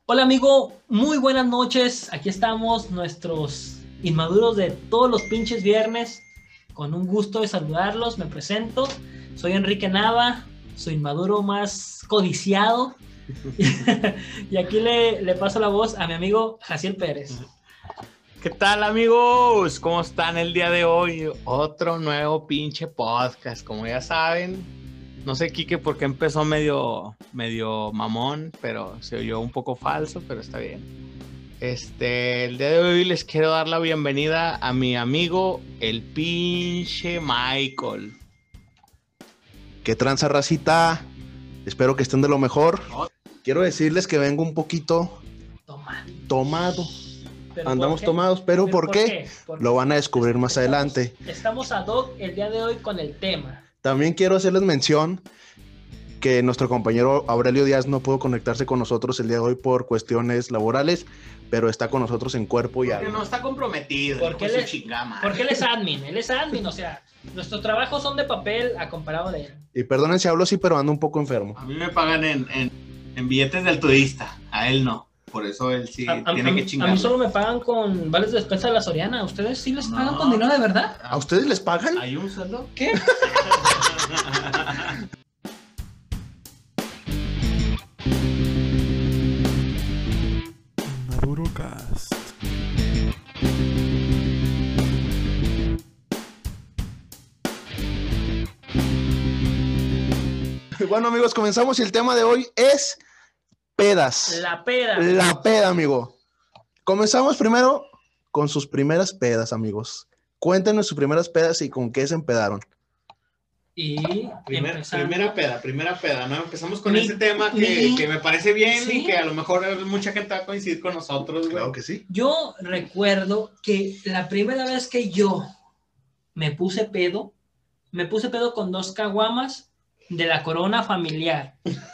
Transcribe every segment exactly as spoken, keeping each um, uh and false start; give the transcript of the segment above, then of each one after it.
Hola amigo, muy buenas noches. Aquí estamos, nuestros inmaduros de todos los pinches viernes. Con un gusto de saludarlos, me presento. Soy Enrique Nava, su inmaduro más codiciado. Y aquí le, le paso la voz a mi amigo Jaciel Pérez. ¿Qué tal, amigos? ¿Cómo están el día de hoy? Otro nuevo pinche podcast. Como ya saben, no sé, Quique, por qué empezó medio, medio mamón, pero se oyó un poco falso, pero está bien. Este, el día de hoy les quiero dar la bienvenida a mi amigo, el pinche Michael. ¿Qué tranza, racita? Espero que estén de lo mejor. Quiero decirles que vengo un poquito Toma. tomado. ¿Pero Andamos por qué? tomados, pero, ¿Pero ¿por, por qué? qué? ¿Por qué? Lo van a descubrir más Estamos- adelante. Estamos ad hoc el día de hoy con el tema. También quiero hacerles mención que nuestro compañero Aurelio Díaz no pudo conectarse con nosotros el día de hoy por cuestiones laborales, pero está con nosotros en cuerpo y Porque alma. no está comprometido. ¿Por qué hijo de le- su chingada madre. Porque él es admin, él es admin, o sea, nuestros trabajos son de papel a comparado de él. Y perdonen si hablo así, pero ando un poco enfermo. A mí me pagan en, en, en billetes del turista, a él no. Por eso él sí A, a- tiene a- que a chingar. mí solo me pagan con vales de despensa de la Soriana. ¿A ustedes sí les pagan No. con dinero de verdad? ¿A ustedes les pagan? ¿Hay un sueldo? ¿Qué? Maduro Cast. Bueno, amigos, comenzamos y el tema de hoy es pedas. La peda. La peda, amigo. Comenzamos primero con sus primeras pedas, amigos. Cuéntenos sus primeras pedas y con qué se empedaron. Y Primer- empezamos. primera peda, primera peda, ¿no? Empezamos con Mi- ese tema que, mi- que me parece bien ¿Sí? y que a lo mejor mucha gente va a coincidir con nosotros, güey. que sí. Yo recuerdo que la primera vez que yo me puse pedo, me puse pedo con dos caguamas de la Corona familiar.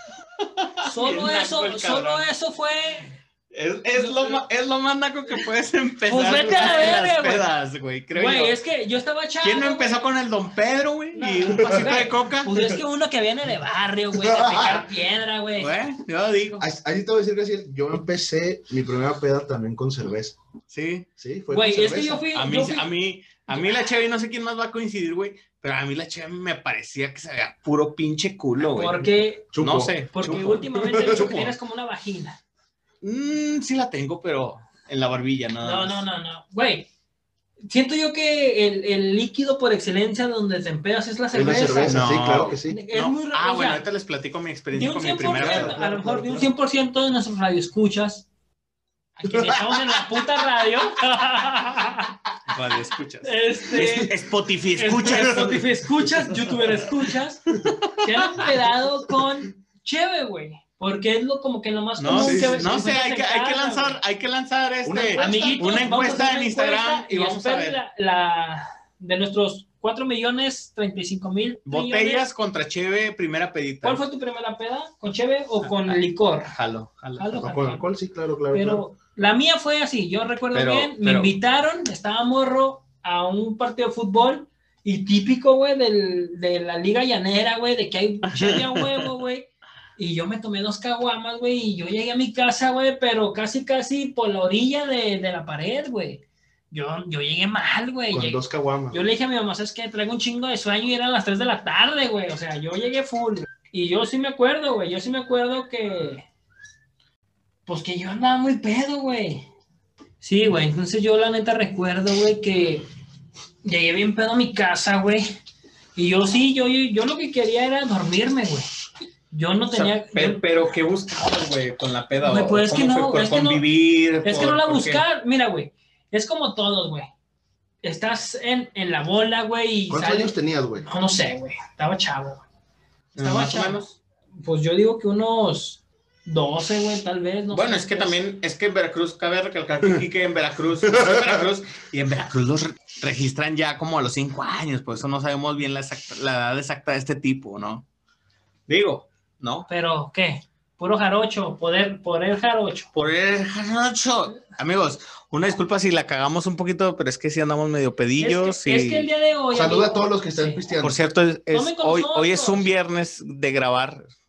Solo Bien eso, naco el solo cabrón. eso fue. Es, es, Yo- lo, ma- es lo más naco que puedes empezar Pues vete a la güey, en verga, las güey. pedas, güey, creo Güey, yo. es que yo estaba chavo. ¿Quién no empezó con el Don Pedro, güey? No. Y un pasito Güey, de coca. Pues es que uno que viene de barrio, güey, de picar piedra, güey. Güey, yo digo. Ahí te voy a decir que yo empecé mi primera peda también con cerveza. Sí. Sí, fue Güey, con es que cerveza. yo fui. A mí, yo fui- a mí, a mí la Chevy, no sé quién más va a coincidir, güey, pero a mí la Chevy me parecía que se veía puro pinche culo, güey. Porque, Chupo. No sé. porque chupo. últimamente he visto que Chupo. tienes como una vagina. Mm, sí la tengo, pero en la barbilla, nada No, más. no, no, no. Güey, siento yo que el, el líquido por excelencia donde te empedas es la Es la cerveza. cerveza, No. sí, claro que sí. Es No. muy raro. Ah, o bueno, sea, ahorita les platico mi de experiencia un con mi cien por ciento, primera claro, vez. a lo mejor claro, de un claro. cien por ciento de nuestros radioescuchas, a quienes estamos en la puta radio, Vale, escuchas. este, Spotify, escuchas, escuchas. Spotify escuchas, YouTuber escuchas, se han empedado con cheve, güey, porque es lo como que lo más No, común sí, que sí, ves- no sé, encuentras hay en que, hay que casa, lanzar, güey. hay que lanzar este, Una encuesta. Amiguitos, una vamos a encuesta hacer en una Instagram encuesta y vamos a esperen ver. La, la- de nuestros cuatro millones treinta y cinco mil Botellas contra Cheve, primera pedita. ¿Cuál fue tu primera peda? ¿Con cheve o con Ah, licor? Jalo, jalo. Jalo. No, con alcohol, sí, claro, claro. Pero claro. la mía fue así, yo recuerdo Pero- bien, me pero- invitaron, estaba morro a un partido de fútbol y típico, güey, del- de la liga llanera, güey, de que hay cheve a huevo, güey. Y yo me tomé dos caguamas, güey, y yo llegué a mi casa, güey, pero casi, casi por la orilla de, de la pared, güey. Yo, yo llegué mal, güey. Con llegué- dos caguamas. Yo le dije a mi mamá, ¿sabes qué? Traigo un chingo de sueño y eran las tres de la tarde, güey. O sea, yo llegué full. Güey. Y yo sí me acuerdo, güey. Yo sí me acuerdo que... Pues que yo andaba muy pedo, güey. Sí, güey. Entonces yo la neta recuerdo, güey, que llegué bien pedo a mi casa, güey. Y yo sí, yo, yo, yo lo que quería era dormirme, güey. Yo no O sea, tenía... pe- yo- pero, ¿qué buscabas, güey, con la peda? Güey, ¿O pues es que cómo no, fue? ¿Por es que no- convivir? Es que ¿Por- no la por qué? buscar. Mira, güey. Es como todos, güey. Estás en, en la bola, güey, y ¿Cuántos sales- años tenías, güey? No, no sé, güey. Estaba chavo, güey. Estaba Más o chavo. menos. Pues yo digo que unos doce, güey, tal vez. No Bueno, sé, es que pues. también, es que en Veracruz, cabe recalcar que aquí que en Veracruz, yo soy de Veracruz, y en Veracruz los re- registran ya como a los cinco años, por eso no sabemos bien la, exacta- la edad exacta de este tipo, ¿no? Digo, ¿no? Pero, ¿qué? Puro jarocho, poder, poder jarocho. Por el jarocho. Amigos, una disculpa si la cagamos un poquito, pero es que sí andamos medio pedillos. Es que, y... es que el día de hoy... Saluda amigo, a todos los que están sí. pisteando. Por cierto, es, es- Tomen con hoy, nosotros. hoy es un viernes de grabar.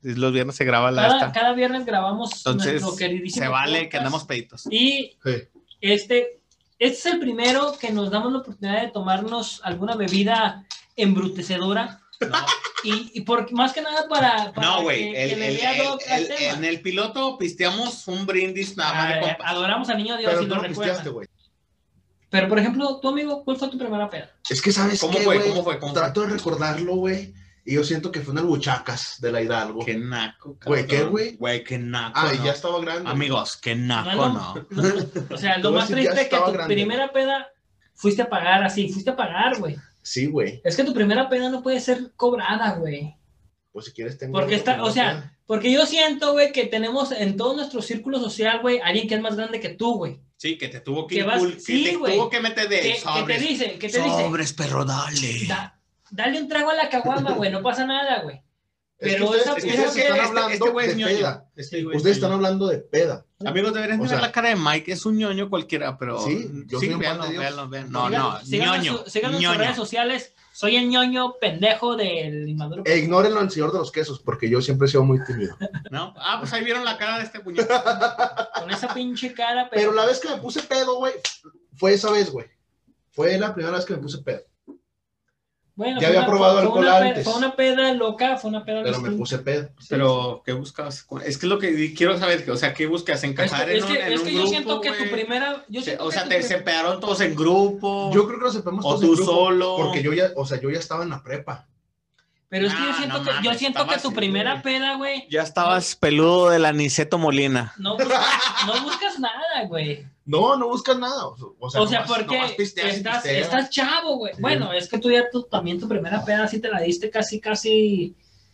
Los viernes se graba la Cada, esta. cada viernes grabamos Entonces, nuestro queridísimo se vale podcast. que andamos peditos. Y Sí. este, este es el primero que nos damos la oportunidad de tomarnos alguna bebida embrutecedora. No, Y, y por, más que nada para, para no, güey. que, el- que le el- dé ad hoc el- al el- tema. En el piloto pisteamos un brindis nada más de Ah, compas. adoramos al niño Dios Pero y tú lo no pisteaste, recuerdan. güey. Pero, por ejemplo, tu amigo, ¿cuál fue tu primera peda? Es que, ¿sabes ¿Cómo qué, fue? güey? ¿Cómo fue? ¿Cómo Trato de recordarlo, güey. Y yo siento que fue en el Buchacas de la Hidalgo. Qué naco, cabrón. Güey, ¿qué, güey? Güey, qué naco, Ah, y no. ya estaba grande. Amigos, qué No naco, es lo- no. no, o sea, Te lo voy a más decir, ya triste es que estaba tu grande. primera peda fuiste a pagar así, fuiste a pagar, güey. Sí, güey. Es que tu primera peda no puede ser cobrada, güey. Pues si quieres tengo... Porque otra está, o primera sea, porque yo siento, güey, que tenemos en todo nuestro círculo social, güey, alguien que es más grande que tú, güey. Sí, que te tuvo que, Que vas- incul- que sí, te güey. tuvo que meter de Que, que te sobres. dice, que te dice, Sobres, perro, dale. da- dale un trago a la caguama, güey, no pasa nada, güey. Es que Pero ustedes, esa- ustedes esa- están este- hablando este güey es de ñoño. peda. Este güey es Ustedes están ñoño. hablando de peda. Amigos, deberían O de ver sea- la cara de Mike. Es un ñoño cualquiera, pero... Sí, yo soy un pan véanlo, de Dios. véanlo, véanlo. No, Sigan- no, síganos ñoño. en su- síganos en sus ñoño. redes sociales. Soy el ñoño pendejo del inmaduro. E ignórenlo al señor de los quesos, porque yo siempre he sido muy tímido. ¿No? Ah, pues ahí vieron la cara de este puñetazo. Con esa pinche cara, pero, Pero la vez que me puse pedo, güey, fue esa vez, güey. Fue la primera vez que me puse pedo. bueno, ya fue había una- probado fue alcohol una pe- antes. Fue una peda loca, fue una peda Pero me distinta. puse pedo. Pero, ¿qué buscabas? Es que es lo que quiero saber, que, o sea, ¿qué buscas? Es ¿Encajar que, es en que, un, en es un que grupo, yo siento que tu güey? primera. Yo Se- siento o que sea, tu te, prim- se pegaron todos en grupo. Yo creo que nos sepamos O todos tú en grupo, solo. porque yo ya, o sea, yo ya estaba en la prepa. Pero es que yo Ah, siento no que, yo mames, siento que estabas tu así, primera güey. peda, güey, Ya estabas peludo del Aniceto Molina. no buscas, no buscas nada, güey. No, no buscas nada. O sea, O sea, nomás- porque nomás pisteas y estás, pisteas. estás chavo, güey. Sí. Bueno, es que tú ya tú, también tu primera peda sí te la diste casi, casi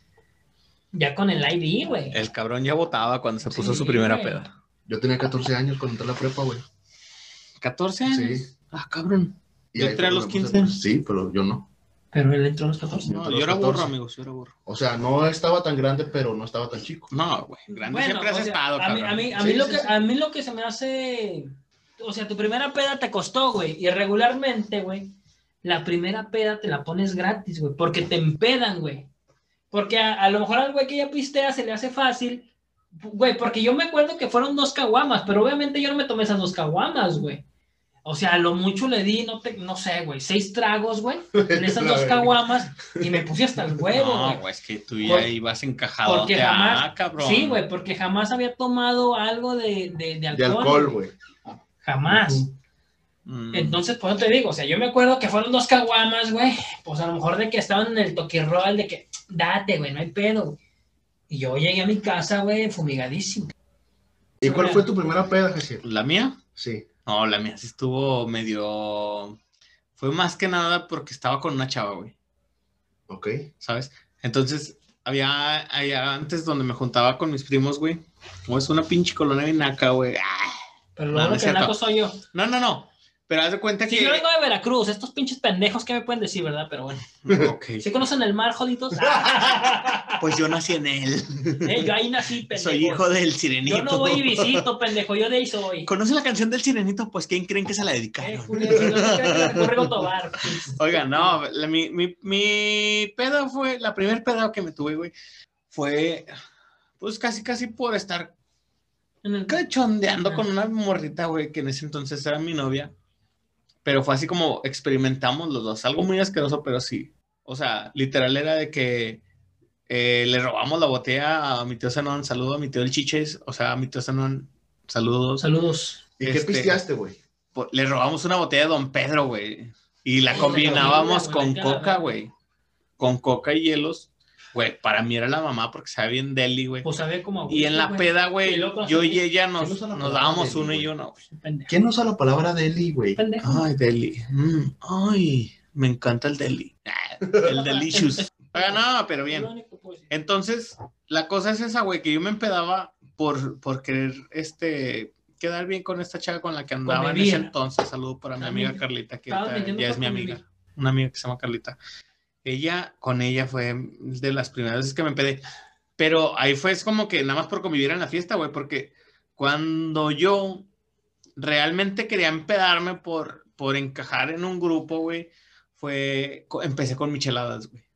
ya con el I D, güey. El cabrón ya votaba cuando se puso Sí, su primera güey. peda. Yo tenía catorce años cuando entré a la prepa, güey. ¿catorce años? Sí. Ah, cabrón. Y Yo ahí entré a fue los cuando me puse- quince. Sí, pero yo no. Pero él entró a los catorce. No, Entre yo los era burro, catorce. amigos, yo era burro. O sea, no estaba tan grande, pero no estaba tan chico. No, güey, grande Bueno, siempre has o sea, estado, a mí, cabrón. a mí, a Sí, mí lo sí, que, sí. a mí lo que se me hace, o sea, tu primera peda te costó, güey, y regularmente, güey, la primera peda te la pones gratis, güey, porque te empedan, güey. Porque a, a lo mejor al güey que ya pistea se le hace fácil, güey, porque yo me acuerdo que fueron dos caguamas, pero obviamente yo no me tomé esas dos caguamas, güey. O sea, a lo mucho le di, no, te, no sé, güey, seis tragos, güey, en esas La dos verga. caguamas, y me puse hasta el huevo, No, güey. güey, es que tú ya Por- ibas encajado. porque jamás- Ah, cabrón. Sí, güey, porque jamás había tomado algo de, de, de alcohol. De alcohol, güey. Jamás. Ujú. Mm. Entonces, pues te digo, o sea, yo me acuerdo que fueron dos caguamas, güey. Pues a lo mejor de que estaban en el toquirroll, de que, date, güey, no hay pedo, güey. Y yo llegué a mi casa, güey, fumigadísimo. ¿Y cuál fue tu primera peda, Jesús? ¿La mía? Sí. No, la mía sí estuvo medio... Fue más que nada porque estaba con una chava, güey, Ok. ¿sabes? Entonces, había allá antes donde me juntaba con mis primos, güey. O es una pinche colonia bien naca, güey. Ah, Pero No, lo no bueno es que cierto. naco soy yo. No, no, no. Pero haz de cuenta Si que... yo vengo de Veracruz, estos pinches pendejos, ¿qué me pueden decir, verdad? Pero bueno. Ok. ¿Sí conocen el mar, joditos? Pues yo nací en él. Eh, yo ahí nací, pendejo. Soy hijo del sirenito. Yo no voy y visito, pendejo, yo de ahí soy. ¿Conocen la canción del sirenito? Pues ¿quién creen que se la Eh, dedicaron? Julio, si no te crees que me corre con Tobar. pues. Oiga, no, la- mi, mi, mi pedo fue, la primer pedo que me tuve, güey, fue, pues casi, casi por estar En el- cachondeando con una morrita, güey, que en ese entonces era mi novia, pero fue así como experimentamos los dos, algo muy asqueroso, pero sí, o sea, literal era de que eh, le robamos la botella a mi tío Zenón, saludo a mi tío el Chiches, o sea, a mi tío Zenón, saludos. Saludos. ¿Y qué Este, pisteaste, güey? po- Le robamos una botella de Don Pedro, güey. Y la Ay, combinábamos la con comida, güey, coca, la güey. Con coca y hielos. Güey, para mí era la mamá porque sabe bien deli, güey. Pues sabía como. Y en la güey. peda, Y güey, luego con yo su- y ella ¿quién nos, usa la nos palabra dábamos deli, uno y güey? uno, güey. Pendejo. ¿Quién usa la palabra deli, güey? Pendejo. Ay, deli. Mm, ay, me encanta el deli. Ah, el delicious. Oiga, no, pero Es bien. lo único que puedo decir. Entonces, la cosa es esa, güey, que yo me empedaba por, por querer, este, quedar bien con esta chava con la que andaba en Convivir. ese entonces. Saludo para mi amiga También. Carlita, que Estabas ahorita mintiendo ya por es mi amiga. convivir. Una amiga que se llama Carlita. Ella, con ella fue de las primeras veces que me empedé. Pero ahí fue es como que nada más por convivir en la fiesta, güey, porque cuando yo realmente quería empedarme por, por encajar en un grupo, güey, fue, co- empecé con micheladas, güey.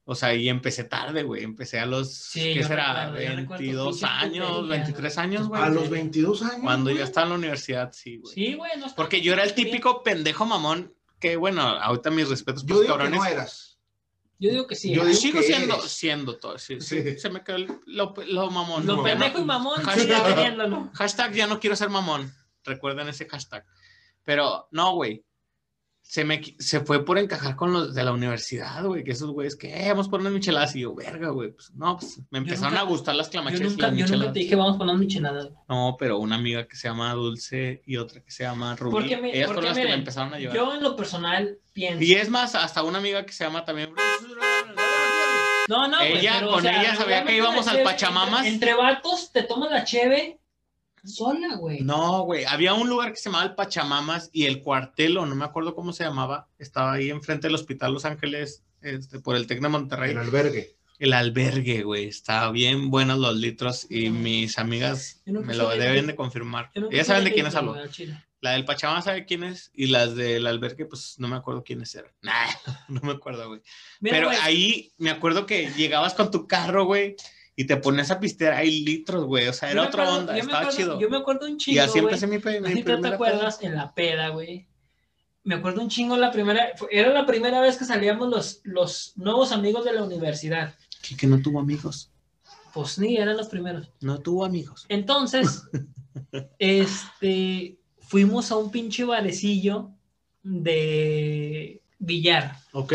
O sea, y empecé tarde, güey. Empecé a los, Sí, ¿qué yo será? recuerdo, yo recuerdo veintidós pinches años, puterías, veintitrés años, güey. A los veintidós años. Cuando güey. yo estaba en la universidad, sí, güey. Sí, güey. No está- Porque yo era el típico pendejo mamón que, bueno, ahorita mis respetos por Yo los digo que cabrones. no eras. Yo digo que sí. Yo ¿eh? digo Sigo que siendo, eres. siendo todo. Sí, sí, Sí. Se me quedó el- lo, lo mamón. Lo No, pendejo no. y mamón, Hashtag- sigue teniéndolo. Hashtag ya no quiero ser mamón. Recuerden ese hashtag. Pero no, güey. Se me qui- se fue por encajar con los de la universidad, güey. Que esos güeyes que eh, vamos por unas micheladas. Y yo, verga, güey. Pues no, pues me empezaron nunca- a gustar las Yo clamacheras y nunca, las yo nunca micheladas. te dije vamos a poner micheladas. No, pero una amiga que se llama Dulce y otra que se llama Rubí. Porque me- Ellas porque fueron las que miren, me empezaron a llevar. Yo en lo personal pienso. Y es más, hasta una amiga que se llama también. No, no, güey, Ella- pero, con o sea, ella sabía que regularmente íbamos la al cheve, Pachamamas. Entre, entre vatos te tomas la cheve sola, güey. No, güey. Había un lugar que se llamaba el Pachamamas y el cuartel, o no me acuerdo cómo se llamaba, estaba ahí enfrente del Hospital Los Ángeles, este, por el Tec de Monterrey. El albergue. El albergue, güey. Estaba bien buenos los litros y mis amigas Yo nunca me lo sabía deben que- de confirmar. Yo nunca Ellas saben sabía de quiénes que- hablo. güey, al chile. La del Pachamama sabe quién es y las del albergue, pues no me acuerdo quiénes eran. Nah, no me acuerdo, güey. Mira, Pero güey, ahí me acuerdo que llegabas con tu carro, güey, y te ponías a pistear ahí litros, güey. O sea, yo era me otra acuerdo- onda, yo me estaba acuerdo- chido. Yo me acuerdo un chingo, Y así güey. empecé mi, pe- No mi sé si te primera acuerdas en la peda, güey. Me acuerdo un chingo la primera, fue- era la primera vez que salíamos los, los nuevos amigos de la universidad. peda. Que, que no tuvo amigos. Pues ni, eran los primeros. No tuvo amigos. Entonces, este, fuimos a un pinche barecillo de billar. Ok.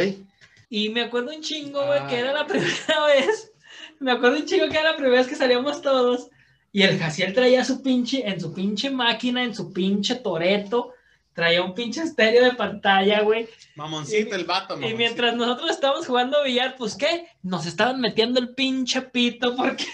Y me acuerdo un chingo, güey, que Ay. era la primera vez. Me acuerdo un chingo que era la primera vez que salíamos todos. Y el Jaciel traía su pinche, en su pinche máquina, en su pinche Toreto. Traía un pinche estéreo de pantalla, güey. Mamoncito Y- el vato, Y mamoncito. mientras nosotros estábamos jugando billar, pues ¿qué? Nos estaban metiendo el pinche pito porque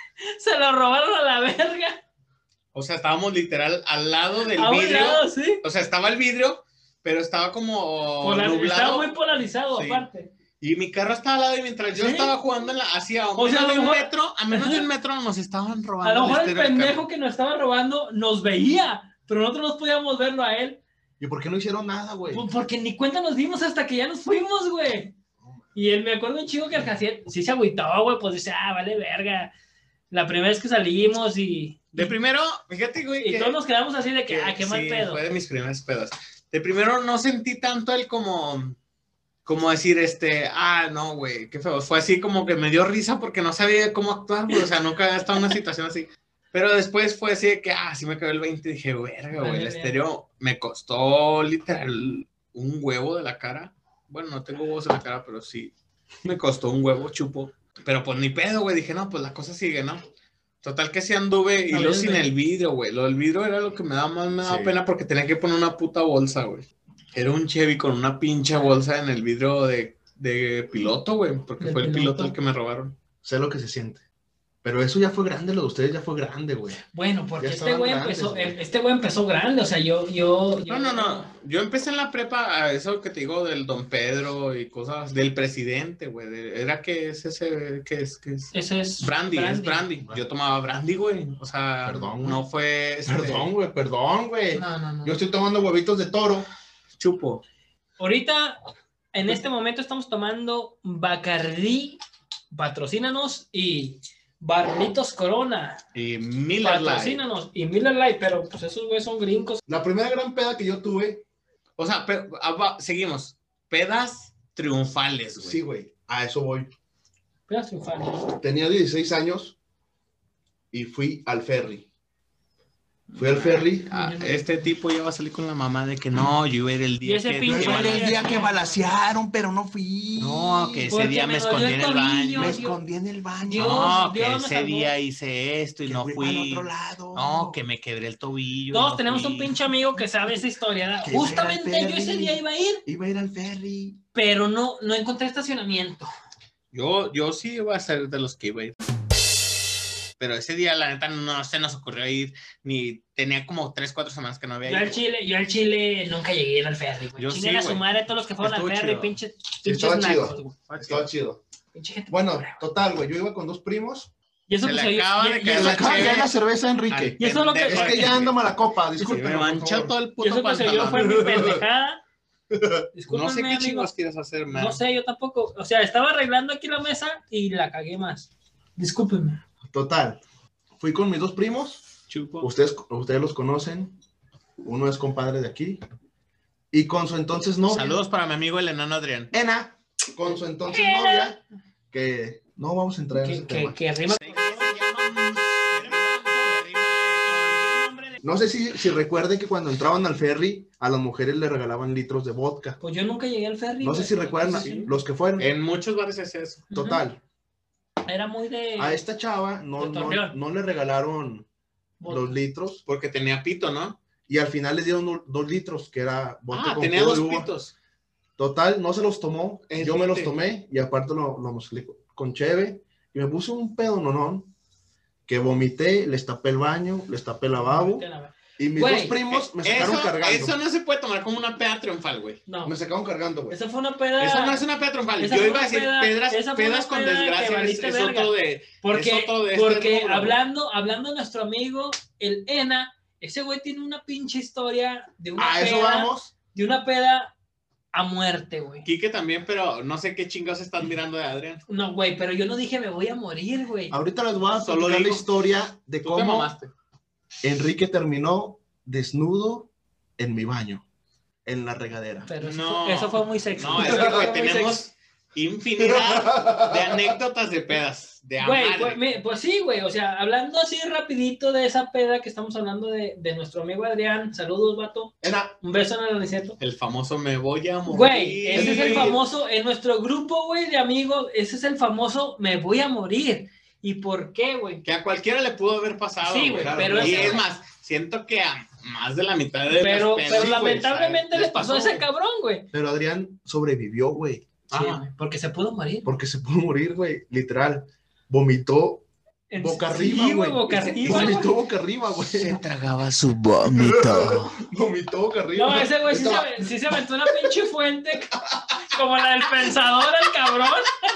se lo robaron a la verga. O sea, estábamos literal al lado del A un vidrio. lado, sí. O sea, estaba el vidrio, pero estaba como Polar- nublado. Estaba muy polarizado, Sí. aparte. Y mi carro estaba al lado y mientras yo ¿Sí? estaba jugando en la, hacia a O sea, menos a de lo un mejor- metro, a menos de un metro nos estaban robando. A lo mejor el estéreo del pendejo carro. que nos estaba robando nos veía, pero nosotros no podíamos verlo a él. ¿Y por qué no hicieron nada, güey? Pues porque ni cuenta nos dimos hasta que ya nos fuimos, güey. Y él me acuerdo un chico que el Jaciel sí se agüitó, güey, pues dice, ah, vale verga. La primera vez que salimos y, De primero, fíjate, güey, y que, todos nos quedamos así de que, que ah, qué mal sí, pedo. fue de mis primeras pedas. De primero no sentí tanto el como, como decir, este, ah, no, güey, qué feo. Fue así como que me dio risa porque no sabía cómo actuar, güey, o sea, nunca había estado en una situación así. Pero después fue así de que, ah, sí me quedó el veinte y dije, verga, güey, Vale, el verga. estéreo me costó literal un huevo de la cara. Bueno, no tengo huevos en la cara, pero sí, me costó un huevo chupo. Pero pues ni pedo, güey, dije, no, pues la cosa sigue, ¿no? Total que sí anduve y A luego ver, sin güey. el vidrio, güey. Lo del vidrio era lo que me daba más me daba Sí. pena porque tenía que poner una puta bolsa, güey. Era un Chevy con una pinche bolsa en el vidrio de, de piloto, güey, porque Del fue el piloto piloto. el que me robaron. Sé lo que se siente. Pero eso ya fue grande, lo de ustedes ya fue grande, güey. Bueno, porque Ya este estaban güey grandes, empezó, güey. este güey empezó grande, o sea, yo, yo, yo- No, no, no. Yo empecé en la prepa a eso que te digo del Don Pedro y cosas del presidente, güey. de- Era que es ese, que es, que es. Ese es Brandy, es brandy. Yo tomaba brandy, güey. O sea, Perdón, güey. no fue. este, Perdón, güey, perdón, güey. No, no, no. Yo estoy tomando huevitos de toro. Chupo. Ahorita, en este momento estamos tomando Bacardí, patrocínanos, y Barritos Corona, Y Miller Lite. patrocínanos, y Miller Lite, pero pues esos güeyes son gringos. La primera gran peda que yo tuve, O sea, pero, ah, va, seguimos. Pedas triunfales, güey. sí, güey, a eso voy. Pedas triunfales. Tenía dieciséis años y fui al ferry. Fui al ferry. Ah, este tipo ya va a salir con la mamá de que no, yo iba a ir el día Y ese que... pinche que Fue el día que balacearon, pero no fui. No, que ese Porque día me me dolió escondí el en el tobillo. baño. Me Dios, escondí en el baño. Dios, No, Dios que me ese salvó. día hice esto y Que no fui fui. al otro lado. No, que me quebré el tobillo. y Todos no tenemos fui. un pinche amigo que sabe esa historia. ¿verdad? Que iba a ir al Justamente yo ferry. ese día iba a ir, Iba a ir al ferry. pero no, no encontré estacionamiento. Yo, yo sí iba a ser de los que iba a ir. Pero ese día, la neta, no se nos ocurrió ir. Ni tenía como tres, cuatro semanas que no había Yo al ido. Chile, yo al Chile nunca llegué a ir al ferry, güey. Yo Chinguen sí, a su güey. madre todos los que fueron al Estuvo ferry, chido. pinches, Sí, pinches estaba nacos, chido. güey. Estaba chido. Pinche gente Bueno, pobre, güey. total, güey. Yo iba con dos primos. Y eso Se que le se oyó- acaba y- de y caer eso Se la me acaba de chévere. caer la cerveza, Enrique. Y eso es lo que- Es que ya ando mala copa, Se disculpen. me manchó todo el y puto eso que se oyó pantalón. fue mi pendejada. Discúlpenme, No sé qué amigo. chingos quieres hacer, man. No sé, yo tampoco. O sea, estaba arreglando aquí la mesa y la cagué más. Discúlpenme. Total. Fui con mis dos primos. Chupo. Ustedes, ustedes los conocen. Uno es compadre de aquí. Y con su entonces novia. Saludos para mi amigo el enano Adrián. Ena. Con su entonces novia. Que no vamos a entrar en Que, ese que, tema. que rima. No sé si, si recuerden que cuando entraban al ferry, a las mujeres le regalaban litros de vodka. Pues yo nunca llegué al ferry. No sé güey. si recuerdan Sí, sí. los que fueron. En muchos bares es eso. Total. Era muy de. A esta chava no, de no, Torreón. no le regalaron vodka. los litros. Porque tenía pito, ¿no? Y al final les dieron do- dos litros, que era vodka Ah, con tenía jugo dos de uva. pitos. Total, no se los tomó. Es Yo me los lite. tomé y aparte lo, lo mezclé con cheve. Y me puse un pedo nonón que vomité, les tapé el baño, les tapé el lavabo. Y mis Güey, dos primos me sacaron Eso, cargando. eso no se puede tomar como una peda triunfal, güey. No. Me sacaron cargando, güey. Esa fue una peda. Eso no es una peda triunfal. Esa Yo fue iba a una decir peda- pedras, esa fue pedas una con peda que desgracia. Es, valiste es verga. otro de. Porque, es otro de este porque rubro. hablando, hablando de nuestro amigo, el Ena, ese güey tiene una pinche historia de una A peda. eso vamos. De una peda a muerte, güey. Quique también, pero no sé qué chingados están mirando de Adrián. No, güey, pero yo no dije me voy a morir, güey. Ahorita les voy a Solo platicar la digo, historia de Tú te cómo mamaste. Enrique terminó desnudo en mi baño, en la regadera. Pero eso, No. fue, eso fue muy sexy. No, es que, güey, Muy tenemos sexy. infinidad de anécdotas de pedas. De a Güey, madre. güey, me- pues sí, güey, o sea, hablando así rapidito de esa peda que estamos hablando de, de nuestro amigo Adrián, saludos, vato, Era, un beso en el aniceto. El famoso me voy a morir. Güey, ese es el famoso, en nuestro grupo, güey, de amigos, ese es el famoso me voy a morir. ¿Y por qué, güey? Que a cualquiera le pudo haber pasado. Sí, güey, claro, pero Y ese- es más, siento que a más de la mitad de Pero, las pedas, pero sí, güey, lamentablemente ¿sabes? les pasó a ese güey. cabrón, güey. pero Adrián sobrevivió, güey, Sí, Ajá. güey, porque se pudo morir. porque se pudo morir, güey, literal. Vomitó En- boca sí, arriba, güey. boca arriba, Vomitó güey. boca arriba, güey. tragaba su vómito. Vomitó boca arriba. No, ese güey sí Estaba- se, sí se aventó una pinche fuente como la del pensador, el cabrón.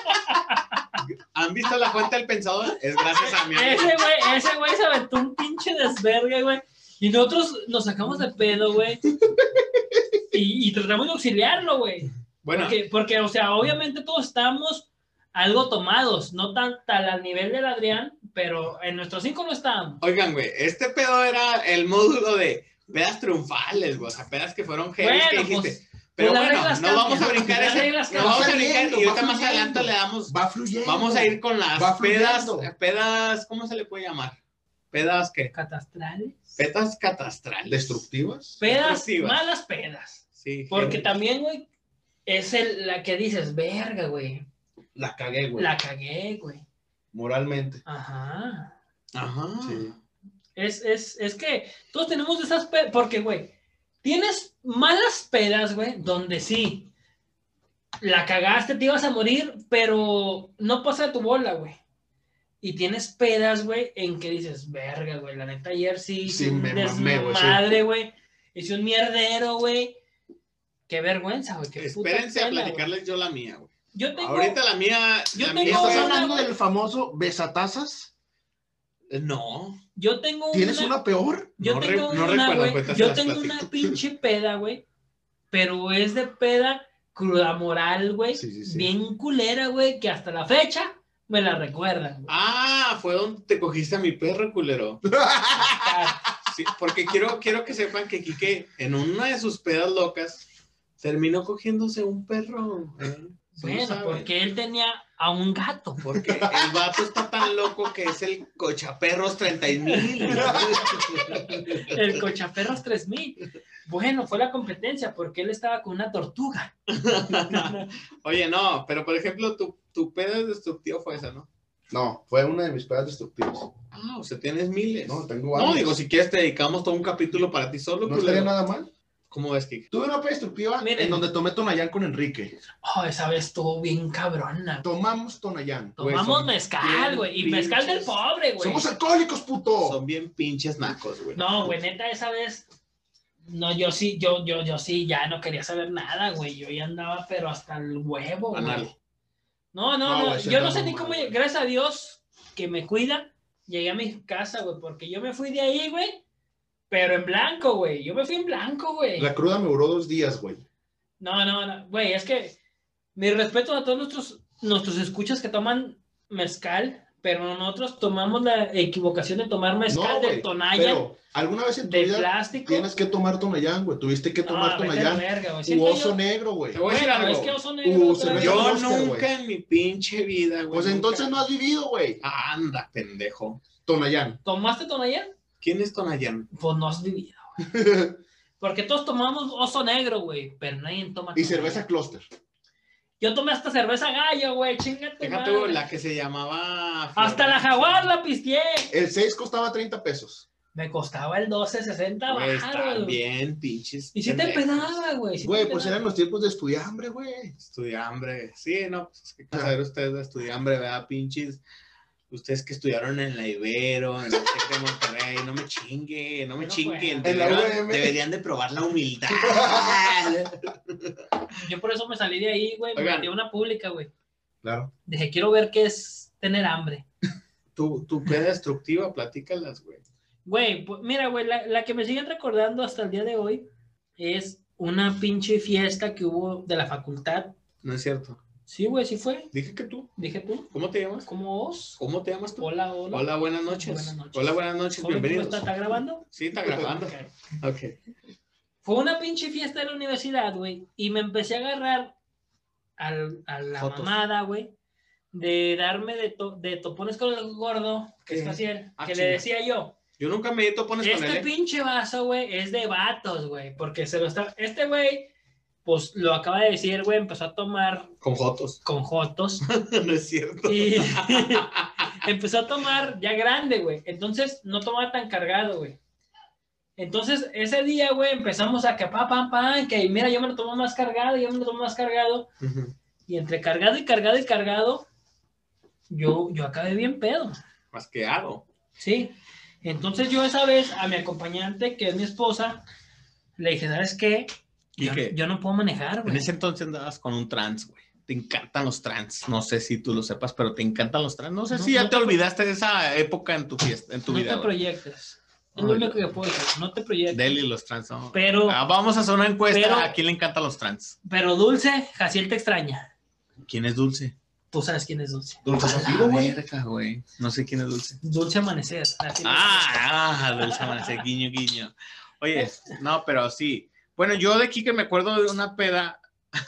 ¿Han visto la fuente del pensador? Es gracias a mi amigo. Ese güey, ese güey se aventó un pinche desvergue, güey. Y nosotros nos sacamos de pedo, güey. Y, y tratamos de auxiliarlo, güey. Bueno, Porque, porque, o sea, obviamente todos estábamos algo tomados, no tan tal al nivel del Adrián, pero en nuestros cinco no estábamos. oigan, güey, este pedo era el módulo de pedas triunfales, güey. O sea, pedas que fueron heavy Bueno, que dijiste. pues, pero pues las bueno, reglas no vamos a cambian, brincar las ese. reglas No vamos a cambian. brincar y Va ahorita más fluyendo. adelante le damos. Va fluyendo. Vamos a ir con las Va pedas, fluyendo. pedas, ¿cómo se le puede llamar? Pedas que, Catastrales. pedas catastrales. ¿Destructivas? Pedas, Destructivas. malas pedas. Sí. Porque heavy. también, güey, es el, la que dices, verga, güey. La cagué, güey. La cagué, güey. Moralmente. Ajá. Ajá. Sí. Es, es, es que todos tenemos esas pedas, porque, güey, tienes malas pedas, güey, donde sí, la cagaste, te ibas a morir, pero no pasa de tu bola, güey. Y tienes pedas, güey, en que dices, verga, güey, la neta ayer sí, Sí, hice un me mamé, güey, sí. desmadre, güey. Hice un mierdero, güey. Qué vergüenza, güey. qué puta Espérense a pena, platicarles yo la mía, güey. güey. Yo tengo... Ahorita la mía. Yo la tengo mía ¿Estás fue- una, hablando güey. del famoso besatazas? No. Yo tengo ¿Tienes una... una peor? Yo No re- tengo no una, recuerdo, güey. ahorita se Yo las tengo platico. una pinche peda, güey. Pero es de peda cruda moral, güey. Sí, sí, sí. Bien culera, güey, que hasta la fecha me la recuerdan, güey. Ah, fue donde te cogiste a mi perro, culero. Sí, porque quiero, quiero que sepan que Quique, en una de sus pedas locas, terminó cogiéndose un perro. ¿eh? Sí lo Bueno, saben. porque él tenía a un gato. Porque el vato está tan loco que es el cochaperros treinta mil. El cochaperros tres mil. Bueno, fue la competencia porque él estaba con una tortuga. Oye, no, pero por ejemplo, tu, tu peda destructiva fue esa, ¿no? No, fue una de mis pedas destructivas. Ah, o sea, tienes miles. No, tengo No, varias. digo, si quieres te dedicamos todo un capítulo para ti solo, No culero. estaría nada mal. ¿Cómo ves, Kike? Tuve una peda destructiva Miren. en donde tomé Tonayán con Enrique. Oh, esa vez estuvo bien cabrona. Tomamos Tonayán. Güey, Tomamos son mezcal, bien güey. Y mezcal del pinches- pobre, güey. ¡Somos alcohólicos, puto! Son bien pinches nacos, güey. No, güey, neta, esa vez. No, yo sí, yo, yo, yo sí, ya no quería saber nada, güey. Yo ya andaba, pero hasta el huevo, güey. Anal. No, no, No, no. güey, se Yo no está sé ni muy cómo, mal, güey. gracias a Dios que me cuida, llegué a mi casa, güey, porque yo me fui de ahí, güey. Pero en blanco, güey. Yo me fui en blanco, güey. La cruda me duró dos días, güey. No, no, no, güey, es que mi respeto a todos nuestros, nuestros escuchas que toman mezcal, pero nosotros tomamos la equivocación de tomar mezcal No, de güey, Tonaya, pero alguna vez en tu de vida plástico. tienes que tomar Tonayán, güey. Tuviste que tomar No, vete a la Tonayán. verga, güey. U Siento Oso yo- Negro, güey. Te voy a decir Bueno, algo. es que Oso Uh, Negro se todavía- me- Yo Oscar, nunca güey. en mi pinche vida, güey. Pues nunca- entonces no has vivido, güey. Anda, pendejo. Tonayán. ¿Tomaste Tonayán? ¿Quién es Tonayán? Pues no has vivido, güey. Porque todos tomamos Oso Negro, güey, pero nadie toma Y Tonayán. cerveza Cluster. Yo tomé hasta cerveza Gallo, güey, chingate. Fíjate, güey, la que se llamaba... Hasta la Jaguar la pisteé. El seis costaba treinta pesos. Me costaba el doce sesenta Güey, baros, están güey. bien, pinches. Y si te pendejos. pedaba, güey. sí te Güey, pues pedaba. eran los tiempos de estudiambre, güey. Estudiambre. Sí, no, pues es que saber ustedes de estudiambre, ¿verdad, pinches? Ustedes que estudiaron en la Ibero, en el Tec de Monterrey, no me chinguen, no me No chinguen. fue. En la Deberían, U M. deberían de probar la humildad. Yo por eso me salí de ahí, güey. Me Oigan. metí a una pública, güey. Claro. Dije, quiero ver qué es tener hambre. Tu, tu peda destructiva, platícalas, güey. Güey, pues mira, güey, la, la que me siguen recordando hasta el día de hoy es una pinche fiesta que hubo de la facultad. No es cierto. Sí, güey, sí fue. Dije que tú. Dije tú. ¿Cómo te llamas? ¿Cómo os? ¿Cómo te llamas tú? Hola, hola. Hola, buenas noches. Buenas noches. Hola, buenas noches. Joven, ¿cómo Bienvenidos. está? ¿Está grabando? Sí, está grabando. Ok. Ok. Fue una pinche fiesta de la universidad, güey. Y me empecé a agarrar al, a la Fotos. mamada, güey, de darme de, to- de topones con el gordo, que es ¿Qué? facial, Ah, que chinga. le decía yo. Yo nunca me di topones con Este él. ¿eh? pinche vaso, güey, es de vatos, güey, porque se lo está... Este güey, pues lo acaba de decir, güey, empezó a tomar Con fotos. con jotos No es cierto. y empezó a tomar ya grande, güey. Entonces no tomaba tan cargado, güey. Entonces ese día, güey, empezamos a que pa, pam, pam, que mira, yo me lo tomo más cargado, yo me lo tomo más cargado. Ujú. Y entre cargado y cargado y cargado, yo, yo acabé bien pedo. Masqueado. Sí. Entonces yo esa vez a mi acompañante, que es mi esposa, le dije, ¿sabes qué? ¿Y Yo, qué? yo no puedo manejar, En güey. ese entonces andabas con un trans, güey. Te encantan los trans. No sé si tú lo sepas, pero te encantan los trans. No sé No, si ya no te te- olvidaste de esa época en tu fiesta, en tu No vida. te güey. proyectes. Es No, lo yo- único que puedo decir. No te proyectes. Deli y los trans, no. Pero, Ah, vamos a hacer una encuesta. pero- ¿A quién le encantan los trans? pero Dulce, Jaciel te extraña. ¿Quién es Dulce? Tú sabes quién es Dulce. Dulce A Zafiro, la güey. verga, güey. No sé quién es Dulce. Dulce Amanecer. así le- Ah, ah, Dulce Amanecer, guiño, guiño. Oye, no, pero sí. Bueno, yo de aquí que me acuerdo de una peda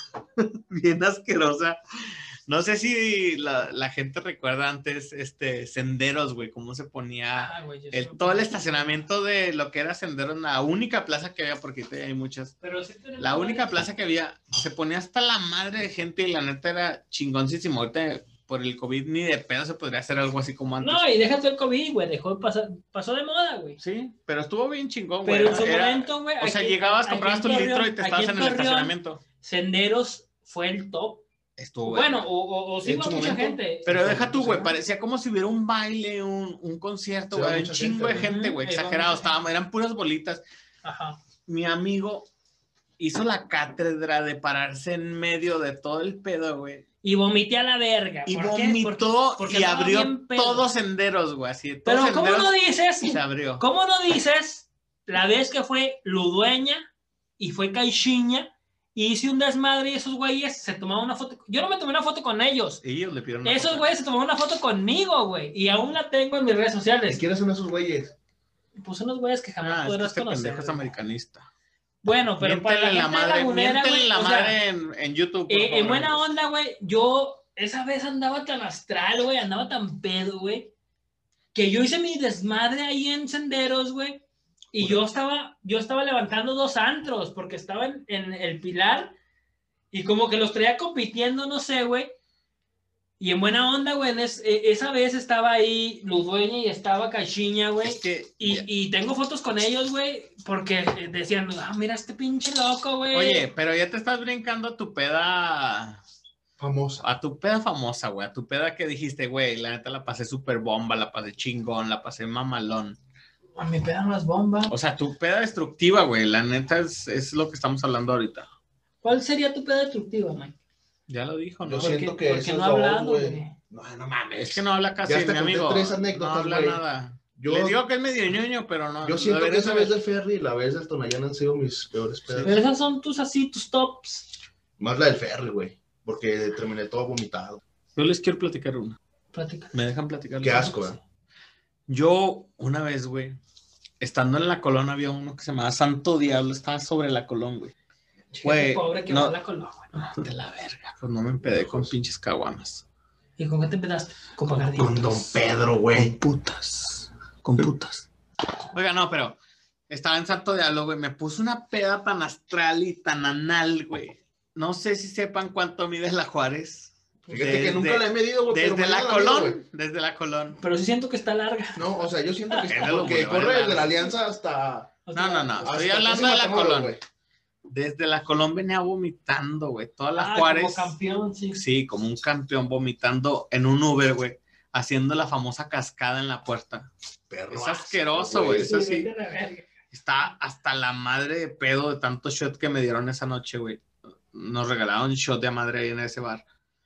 bien asquerosa. No sé si la, la gente recuerda antes, este, Senderos, güey, cómo se ponía Ah, güey, yo el, soy- todo el estacionamiento de lo que era Senderos, la única plaza que había, porque ahorita hay muchas. Pero sí tenemos La única varios. plaza que había, se ponía hasta la madre de gente y la neta era chingoncísimo. Ahorita por el COVID ni de pedo se podría hacer algo así como antes. No, y déjate el COVID, güey. Dejó de pasar, pasó de moda, güey. Sí, pero estuvo bien chingón, güey. Pero en su Era- momento, güey. O sea, aquí- llegabas, aquí comprabas en tu litro y Torreón- te aquí estabas en el Torreón, estacionamiento. Senderos fue el top. Estuvo Bueno, o, o, o sí En iba su mucha momento. gente. Pero deja tú, güey, Sí. parecía como si hubiera un baile, un, un concierto, Sí, güey, hay un mucha chingo de gente, gente, güey. güey, Ujú, ahí va exagerado, mucha estaban, eran puras bolitas. Ajá. Mi amigo hizo la cátedra de pararse en medio de todo el pedo, güey, Y vomité a la verga. y ¿Por qué? vomitó Porque- porque y andaba abrió bien pedo. todos senderos, güey, así, todos Pero ¿cómo senderos no dices? se abrió. ¿Cómo no dices la vez que fue Ludueña y fue Caixinha y hice un desmadre y esos güeyes se tomaron una foto? Yo no me tomé una foto con ellos. Ellos le pidieron una Esos foto. güeyes se tomaron una foto conmigo, güey. Y aún la tengo en mis redes sociales. ¿Quiénes son esos güeyes? Puse unos güeyes que jamás Ah, es que podrás este conocer. pendejo es güey. americanista. Bueno, pero para la, Miéntele la gente de madre, Lagunera, miéntele güey, la o sea, madre en, en YouTube, por Eh, en favor. buena onda, güey, yo esa vez andaba tan astral, güey, andaba tan pedo, güey, que yo hice mi desmadre ahí en Senderos, güey, y yo estaba, yo estaba levantando dos antros, porque estaba en, en el Pilar, y como que los traía compitiendo, no sé, güey, y en buena onda, güey, en es- eh, esa vez estaba ahí Ludueña y estaba Caixinha, güey, Es que... y, y tengo fotos con ellos, güey, porque eh, decían, ah, mira este pinche loco, güey. Oye, pero ya te estás brincando a tu peda... Famosa. A tu peda famosa, güey. A tu peda que dijiste, güey, la neta la pasé súper bomba, la pasé chingón, la pasé mamalón. A mi pedan las bombas. O sea, tu peda destructiva, güey. La neta es, es lo que estamos hablando ahorita. ¿Cuál sería tu peda destructiva, Mike? Ya lo dijo, Yo ¿no? ¿Por siento qué- que por qué esos no ha dos, hablado, güey. güey? No, no mames. Es que no habla casi, Ya te mi conté amigo. tres no anécdotas, habla güey. nada. Yo, Les digo que es medio ñoño, pero no. yo siento no que esa vez vez del Ferry y la vez del Tonayán han sido mis peores pedas. Pero esas son tus así, tus tops. Más la del Ferry, güey. Porque terminé todo vomitado. Yo les quiero platicar una. Plática. ¿Me dejan platicar? Qué asco, ¿eh? Yo, una vez, güey, estando en la Colón, había uno que se llamaba Santo Diablo, estaba sobre la Colón, güey. Güey, Pobre que no. va a la Colón, güey. No, de la verga, pues no me empedé con pinches caguamas. ¿Y con qué te empezaste? Con Con Bacardi. Don Pedro, güey. Putas. Con putas. Oiga, no, pero estaba en Santo Diablo, güey. Me puse una peda tan astral y tan anal, güey. No sé si sepan cuánto mide la Juárez. Fíjate Desde- que nunca la he medido, güey. pero Desde la mañana mido, güey. Colón. Desde la Colón. Pero sí siento que está larga. No, o sea, yo siento que Es de está los porque bulevares corre desde largos. la Alianza hasta... O sea, No, no, no. hasta Estoy hablando de la Matamoros, Colón. güey. Desde la Colón venía vomitando, güey. Toda la Ah, Juárez. como campeón, sí. Sí, como un campeón vomitando en un Uber, güey. Haciendo la famosa cascada en la puerta. Perro Es asco, asqueroso, güey. Eso sí. vete a la verga. Está hasta la madre de pedo de tanto shot que me dieron esa noche, güey. Nos regalaron shot de a madre ahí en ese bar.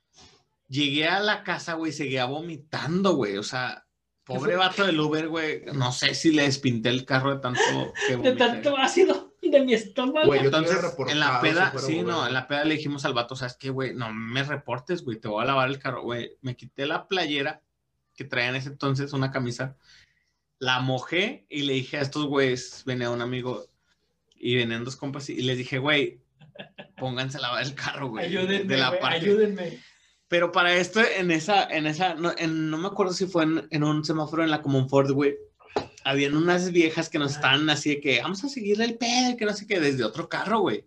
Llegué a la casa, güey, seguía vomitando, güey. O sea, pobre vato del Uber, güey. No sé si le despinté el carro de tanto que De vomité. tanto ácido de mi estómago. Güey, yo Entonces, te hubiera reportado en la si peda, fuera sí, Uber, no, güey. en la peda le dijimos al vato, ¿sabes qué, güey? No me reportes, güey, te voy a lavar el carro, güey. Me quité la playera que traía en ese entonces, una camisa, la mojé y le dije a estos güeyes, venía un amigo y venían dos compas y les dije, güey, pónganse a lavar el carro, güey. Ayúdenme, de la güey, parte. ayúdenme. Pero para esto, en esa, en esa, no, en- no me acuerdo si fue en, en un semáforo en la Comonfort, güey. Habían unas viejas que nos estaban así de que vamos a seguirle el pedo, que no sé qué, desde otro carro, güey.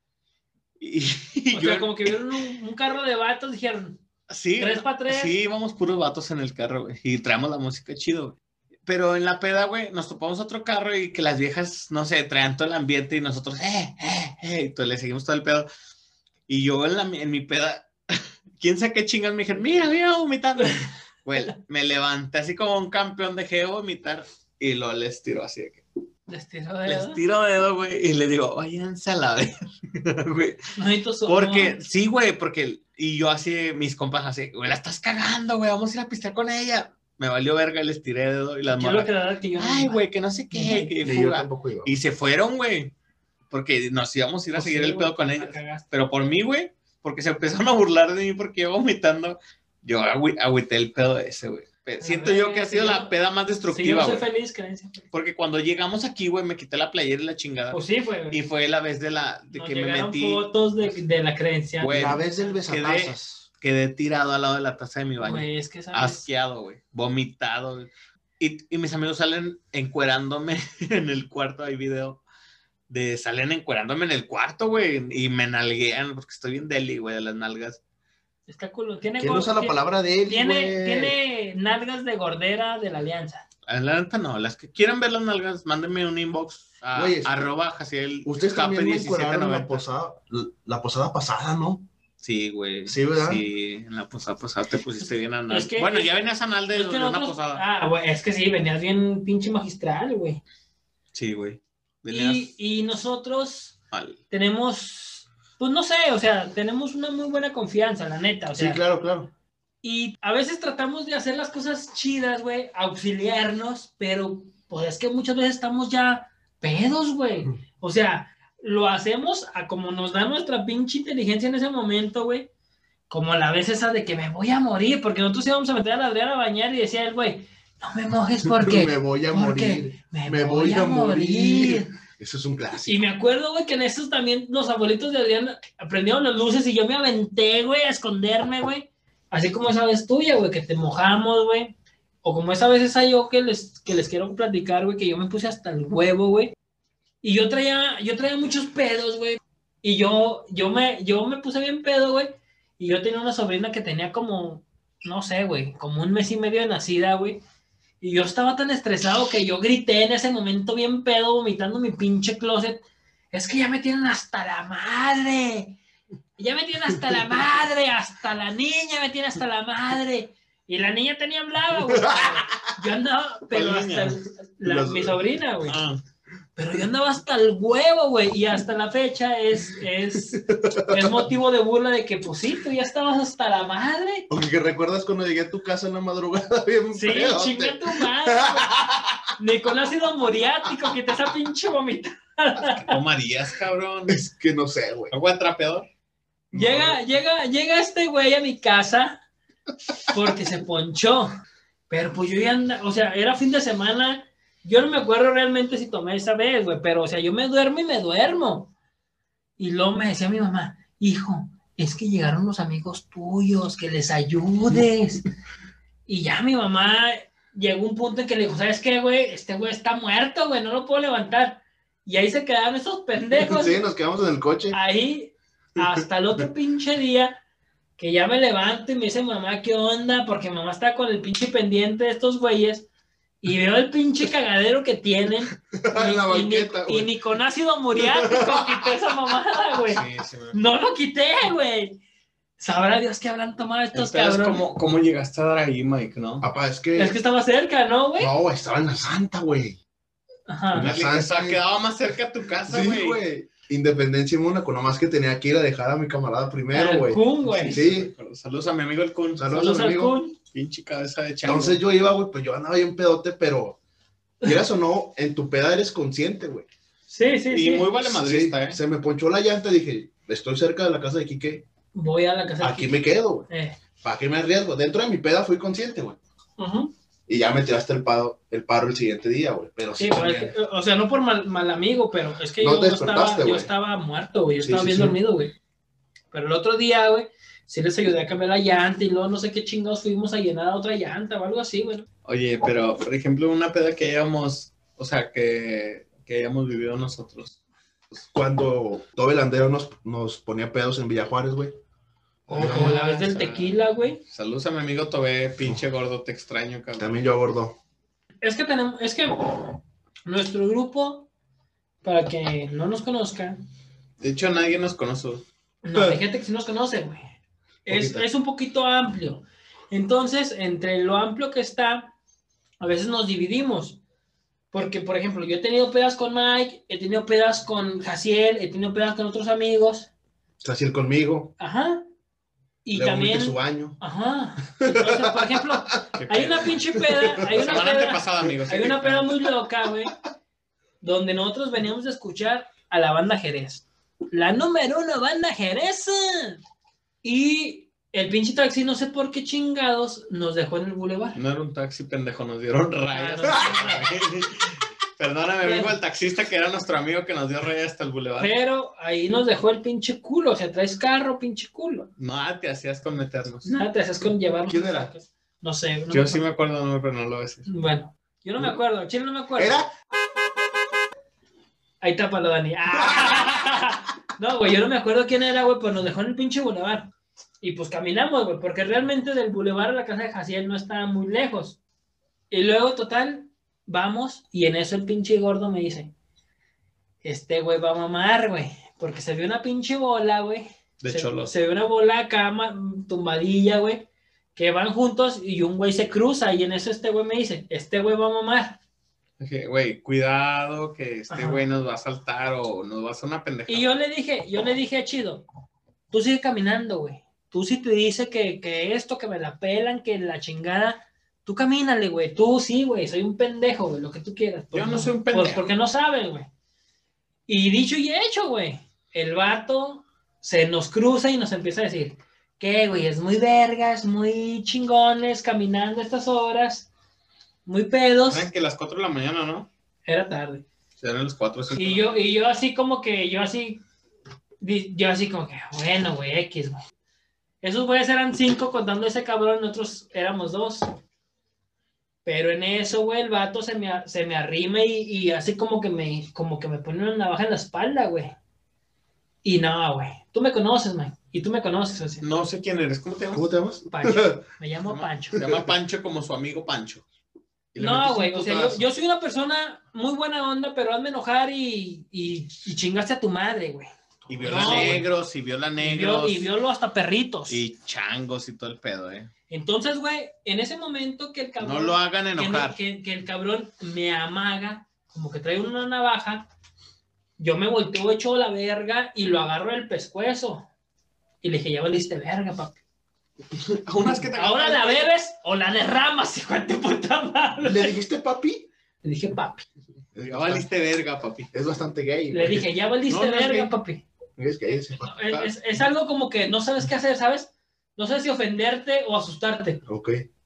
Y, y O yo, sea, como que vieron un, un carro de vatos, dijeron, sí, tres pa' tres. sí, íbamos puros vatos en el carro, güey. Y traemos la música chido, güey. Pero en la peda, güey, nos topamos otro carro y que las viejas, no sé, traían todo el ambiente y nosotros, eh, eh, eh, y entonces le seguimos todo el pedo. Y yo en, la, en mi peda, quién sabe qué chingas, me dijeron, mira, mira, vomitando. Güey, me levanté así como un campeón, dejé de vomitar y lo les tiro así de que, les tiró de les tiro dedo, güey, y le digo, váyanse a la vez, güey. No necesito su Porque, amor. sí, güey, porque, y yo así, mis compas así, güey, la estás cagando, güey, vamos a ir a pistear con ella. Me valió verga, les tiré dedo y las Quiero morras, aclarar que yo no ay, iba. güey, que no sé qué, que Ni yo fuga. tampoco iba. Y se fueron, güey, porque nos íbamos a ir a Pues seguir sí, el pedo güey, con la ellos. cagaste. Pero por mí, güey, porque se empezaron a burlar de mí porque iba vomitando, yo agü- agüité el pedo ese, güey. Pe- A Siento ver, yo que ha si sido yo- la peda más Si yo destructiva, no soy güey. feliz, creencia. Porque cuando llegamos aquí, güey, me quité la playera y la chingada. Pues sí, fue. Y fue la vez de la de Nos que me llegaron metí, fotos de, de la creencia. Güey, La vez del besatazas. quedé tirado al lado de la taza de mi baño. Güey, es que sabes. Asqueado, güey. Vomitado, güey. Y, y mis amigos salen encuerándome en el cuarto, hay video. De salen encuerándome en el cuarto, güey. Y me nalguean porque estoy bien deli, güey, de las nalgas. Está culo. Tiene, ¿Quién go- usa la tiene- palabra de él, Tiene, güey? tiene nalgas de gordera de la alianza. La neta no, las que quieran ver las nalgas, mándenme un inbox a Güey, es- arroba Jaciel Ustedes también me diecisiete encueraron la noventa. posada, la posada pasada, ¿no? Sí, güey. Sí, ¿verdad? Sí, en la posada pasada te pusiste bien anal. Es que- bueno, es- ya venías anal de, Es que de una nosotros- posada. Ah, güey, es que sí, venías bien pinche magistral, güey. Sí, güey. Venías Y, y nosotros mal. tenemos, pues no sé, o sea, tenemos una muy buena confianza, la neta, o sea. Sí, claro, claro. Y a veces tratamos de hacer las cosas chidas, güey, auxiliarnos, pero pues es que muchas veces estamos ya pedos, güey. O sea, lo hacemos a como nos da nuestra pinche inteligencia en ese momento, güey. Como la vez esa de que me voy a morir, porque nosotros íbamos a meter a la Adriana a bañar y decía el güey, no me mojes porque me voy a porque morir. me, Me voy, a morir. Eso es un clásico. Y me acuerdo, güey, que en esos también los abuelitos de Adriana prendieron las luces y yo me aventé, güey, a esconderme, güey. Así como esa vez tuya, güey, que te mojamos, güey. O como esa vez esa yo que les, que les quiero platicar, güey, que yo me puse hasta el huevo, güey. Y yo traía, yo traía muchos pedos, güey. Y yo, yo, me, yo me puse bien pedo, güey. Y yo tenía una sobrina que tenía como, no sé, güey, como un mes y medio de nacida, güey. Y yo estaba tan estresado que yo grité en ese momento bien pedo, vomitando mi pinche closet. Es que ya me tienen hasta la madre. Ya me tienen hasta la madre. Hasta la niña me tiene hasta la madre. Y la niña tenía blava, güey. Yo andaba, pero ¿Cuál hasta niña? el- la- Los- mi sobrina, güey. Ah, Pero yo andaba hasta el huevo, güey, y hasta la fecha es, es, es motivo de burla de que, pues sí, tú ya estabas hasta la madre. Porque que recuerdas cuando llegué a tu casa en la madrugada bien Sí, pedote. chinga tu madre, güey. Ni con ácido muriático, quité esa pinche vomitada. ¿Qué tomarías, cabrón? Es que no sé, güey. ¿Agua de trapeador? Llega, No. llega, llega este güey a mi casa porque se ponchó. Pero pues yo ya andaba, o sea, era fin de semana. Yo no me acuerdo realmente si tomé esa vez, güey, pero o sea, yo me duermo y me duermo. Y luego me decía mi mamá, hijo, es que llegaron los amigos tuyos, que les ayudes. Y ya mi mamá llegó a un punto en que le dijo, ¿sabes qué, güey? Este güey está muerto, güey, no lo puedo levantar. Y ahí se quedaron esos pendejos. Sí, nos quedamos en el coche. Ahí, hasta el otro pinche día, que ya me levanto y me dice mamá, ¿qué onda? Porque mamá está con el pinche pendiente de estos güeyes. Y veo el pinche cagadero que tienen. En la Y, y, banqueta, ni, y ni con ácido muriático quité esa mamada, güey. Sí, sí, me... No lo quité, güey. Sabrá Dios que habrán tomado estos Entonces, cabrones. ¿cómo, ¿cómo llegaste a dar ahí, Mike, no? Papá, es que... Es que estaba cerca, ¿no, güey? No, güey, estaba en la Santa, güey. Ajá. La O sea, Santa. quedaba más cerca a tu casa, Sí, güey. güey. Independencia y Mónaco, nomás que tenía que ir a dejar a mi camarada primero, Al güey. Kun, güey. Sí. Saludos a mi amigo el Kun. Saludos, Saludos al amigo. Kun. Pinche cabeza de chango. Entonces yo iba, güey, pues yo andaba bien pedote, pero quieras o no, en tu peda eres consciente, güey. Sí, sí, Y sí. muy vale madrista, Sí, ¿eh? se me ponchó la llanta y dije, estoy cerca de la casa de Quique, Voy a la casa de aquí Kike. me quedo, güey. Eh. ¿Para qué me arriesgo? Dentro de mi peda fui consciente, güey. Ujú. Y ya me tiraste el paro el, paro el siguiente día, güey. Pero sí, Sí, pues, también. es que, o sea, no por mal, mal amigo, pero es que No yo, te estaba, despertaste, yo güey. estaba muerto, güey. Yo Sí, estaba sí, bien sí. dormido, güey. Pero el otro día, güey, sí les ayudé a cambiar la llanta y luego no sé qué chingados fuimos a llenar a otra llanta o algo así, güey. Oye, pero, por ejemplo, una peda que hayamos, o sea, que, que hayamos vivido nosotros. Cuando todo el andero nos, nos ponía pedos en Villa Juárez, güey. O como la vez del Ah, tequila, güey. Saludos a mi amigo Tobé, pinche gordo, te extraño, cabrón. También yo abordo. Es que tenemos, es que nuestro grupo, para que no nos conozcan, De hecho, nadie nos conoce. no, hay gente que sí nos conoce, güey. Es, Poquita. es un poquito amplio. Entonces, entre lo amplio que está, a veces nos dividimos. Porque, por ejemplo, yo he tenido pedas con Mike, he tenido pedas con Jaciel, he tenido pedas con otros amigos. Saciel conmigo. Ajá. Y León también. de su baño. Ajá. Entonces, por ejemplo, Qué hay pedo. una pinche peda, hay una Semana peda, antepasada, amigos. hay una peda muy loca, güey, donde nosotros veníamos a escuchar a la banda Jerez. La número uno banda Jerez. Y el pinche taxi, no sé por qué chingados, nos dejó en el bulevar. No era un taxi, pendejo, nos dieron rayas. Ah, Perdóname, amigo, el taxista que era nuestro amigo que nos dio rayas hasta el bulevar. Pero ahí nos dejó el pinche culo. O sea, traes carro, pinche culo. Nada te hacías con meternos. Nada, te haces con llevarnos. ¿Quién era? No sé. No Yo me sí me acuerdo. acuerdo, no, pero no lo voy a decir. Bueno, yo no me acuerdo. Chile no me acuerdo. ¿Era? Ahí tápalo, Dani. ¡Ah! No, güey, yo no me acuerdo quién era, güey, pues nos dejó en el pinche bulevar. Y pues caminamos, güey, porque realmente del bulevar a la casa de Jaciel no estaba muy lejos. Y luego, total, vamos, y en eso el pinche gordo me dice, este güey va a mamar, güey, porque se vio una pinche bola, güey. De se, cholos. se ve una bola acá, ma- tumbadilla, güey, que van juntos y un güey se cruza y en eso este güey me dice, este güey va a mamar. Dije, güey, cuidado que este Ajá. güey nos va a saltar o nos va a hacer una pendejada. Y yo le dije, yo le dije a Chido, tú sigue caminando, güey. Tú si te dice que, que esto, que me la pelan, que la chingada, tú camínale, güey. Tú sí, güey, soy un pendejo, güey, lo que tú quieras. Yo no soy un Pues pendejo. porque no sabes, güey. Y dicho y hecho, güey. El vato se nos cruza y nos empieza a decir, ¿qué, güey? Es muy vergas, muy chingones, caminando a estas horas, muy pedos. Eran que las cuatro de la mañana, ¿no? Era tarde. Eran las cuatro. Y yo, y yo así como que, yo así, di- yo así como que, bueno, güey, X, güey. Esos güeyes eran cinco contando ese cabrón, nosotros éramos dos. Pero en eso, güey, el vato se me, a- se me arrima y, y así como que me, como que me pone una navaja en la espalda, güey. Y no, güey, tú me conoces, man, y tú me conoces, así. No sé quién eres, ¿cómo te llamas? ¿Cómo te llamas? Pancho, me llamo Pancho. Se llama Pancho como su amigo Pancho. Y le No, metes güey, un o sea, yo, putazo. yo soy una persona muy buena onda, pero hazme enojar y, y, y chingaste a tu madre, güey. Y viola No, güey. negros, y viola Y, vio, negros. y violo hasta perritos. Y changos y todo el pedo, ¿eh? Entonces, güey, en ese momento que el cabrón... No lo hagan que, enojar. que, que el cabrón me amaga como que trae una navaja, yo me volteo hecho la verga y lo agarro del pescuezo. Y le dije, ya valiste verga, papi. Unas que te Ahora la bebes o la derramas, hijo de tu puta madre. ¿Le dijiste papi? Le dije, papi. Ya valiste verga, papi. Es bastante gay. Le dije, ya valiste No, no es verga, gay. papi. Es gay ese papi. Es, es, es algo como que no sabes qué hacer, ¿sabes? No sabes si ofenderte o asustarte. Ok.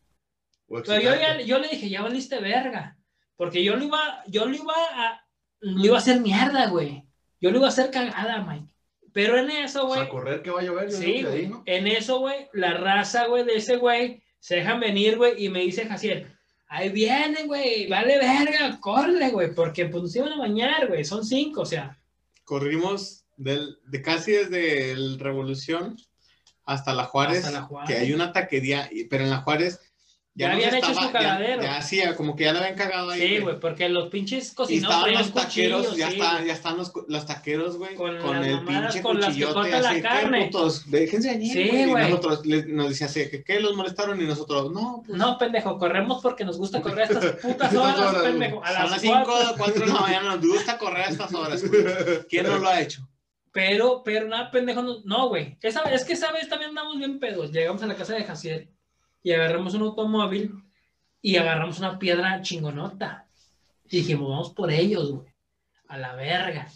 O Pero yo, excitarte. ya, yo le dije, ya valiste verga. Porque yo lo iba, yo lo iba a, lo iba a hacer mierda, güey. Yo lo iba a hacer cagada, Mike. Pero en eso, O güey. sea, correr que va a llover. Yo Sí, digo que güey. ahí, ¿no? En eso, güey, la raza, güey, de ese güey, se dejan venir, güey, y me dice Jaciel, ahí vienen, güey, vale verga, corre, güey, porque pues nos iban a bañar, güey, son cinco, o sea. Corrimos del, de casi desde el Revolución hasta la Juárez, Hasta la Juárez. que hay una taquería, y- pero en la Juárez Ya nos habían hecho estaba- su cagadero. Ya, ya sí, como que ya la habían cagado ahí. Sí, güey, porque los pinches Y cocinados estaban traían los taqueros, cuchillos, ya, sí, está, güey. ya están los, los taqueros, güey, Con con, las el mamadas pinche con las que cuchillote, cortan la así, carne. ¿qué putos? Déjense venir, Sí, güey. Y güey. nosotros le- nos decía así, que ¿qué? Los molestaron y nosotros, no, pues. No, pendejo, corremos porque nos gusta correr estas putas horas, horas, pendejo. A A las las cuatro. cinco, cuatro de la mañana nos gusta correr a estas horas, güey. ¿Quién no lo ha hecho? Pero, pero nada, pendejo, no, no, güey. Esa, es que esa vez también andamos bien pedos. Llegamos a la casa de Jaciel y agarramos un automóvil y agarramos una piedra chingonota. Y dijimos, vamos por ellos, güey. A la verga.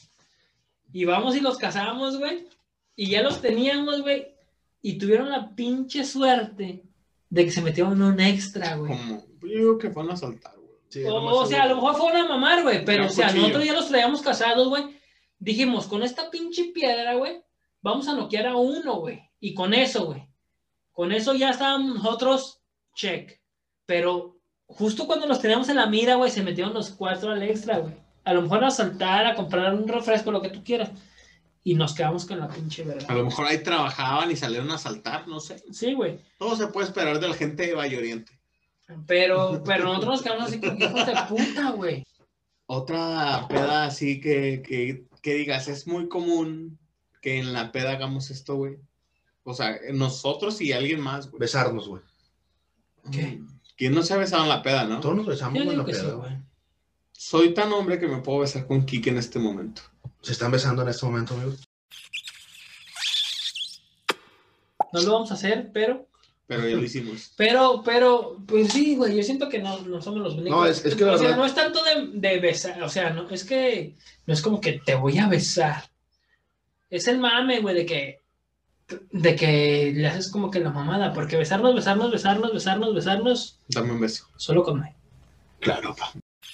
Y vamos y los cazamos, güey. Y ya los teníamos, güey. Y tuvieron la pinche suerte de que se metieron en un extra, güey. Como, yo digo que fueron a saltar, güey. Sí, O, lo más o sea, a lo seguro. mejor fueron a mamar, güey. Pero, Un o sea, cuchillo. nosotros ya los traíamos casados, güey. Dijimos, con esta pinche piedra, güey, vamos a noquear a uno, güey. Y con eso, güey. Con eso ya estábamos nosotros, check. Pero justo cuando los teníamos en la mira, güey, se metieron los cuatro al extra, güey. A lo mejor a saltar, a comprar un refresco, lo que tú quieras. Y nos quedamos con la pinche A verga. lo mejor ahí trabajaban y salieron a saltar, no sé. Sí, güey. Todo se puede esperar de la gente de Valle Oriente. Pero, pero nosotros nos quedamos así como hijos de puta, güey. Otra peda así que, que, que digas, es muy común que en la peda hagamos esto, güey. O sea, nosotros y alguien más, güey. Besarnos, güey. ¿Qué? ¿Quién no se ha besado en la peda, no? Todos nos besamos Yo en digo la que sí, peda, güey. güey. Soy tan hombre que me puedo besar con Kike en este momento. Se están besando en este momento, amigos. No lo vamos a hacer, pero... Pero ya lo hicimos. Pero, pero, pues sí, güey, yo siento que no, no somos los únicos. No, es- es que la o sea, verdad- no es tanto de, de besar, o sea, no, es que no es como que te voy a besar. Es el mame, güey, de que, de que le haces como que la mamada, porque besarnos, besarnos, besarnos, besarnos, besarnos, Dame un beso. solo con Mike. Claro, pa.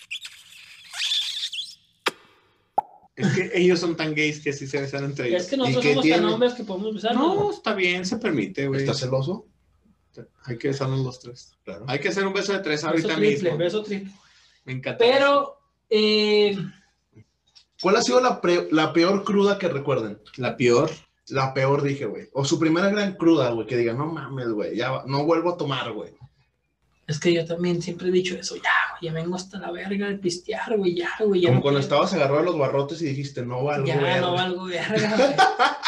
Es que ellos son tan gays que así se besan entre ellos. Es que nosotros qué somos tiene? tan hombres que podemos besarnos. No, güey. está bien, se permite, güey. ¿Estás celoso? Hay que besarnos los tres. Claro. Hay que hacer un beso de tres Beso ahorita triple, mismo. beso triple. Me encanta. Pero, eh, ¿Cuál ha sido la, pre- la peor cruda que recuerden? La peor. La peor, dije, güey. O su primera gran cruda, güey, que diga, no mames, güey, ya va- no vuelvo a tomar, güey. es que yo también siempre he dicho eso, ya, güey, ya vengo hasta la verga de pistear, güey, ya, güey. Ya Como no cuando quiero- estabas agarrado de los barrotes y dijiste, no valgo, Ya verga. no valgo verga, güey.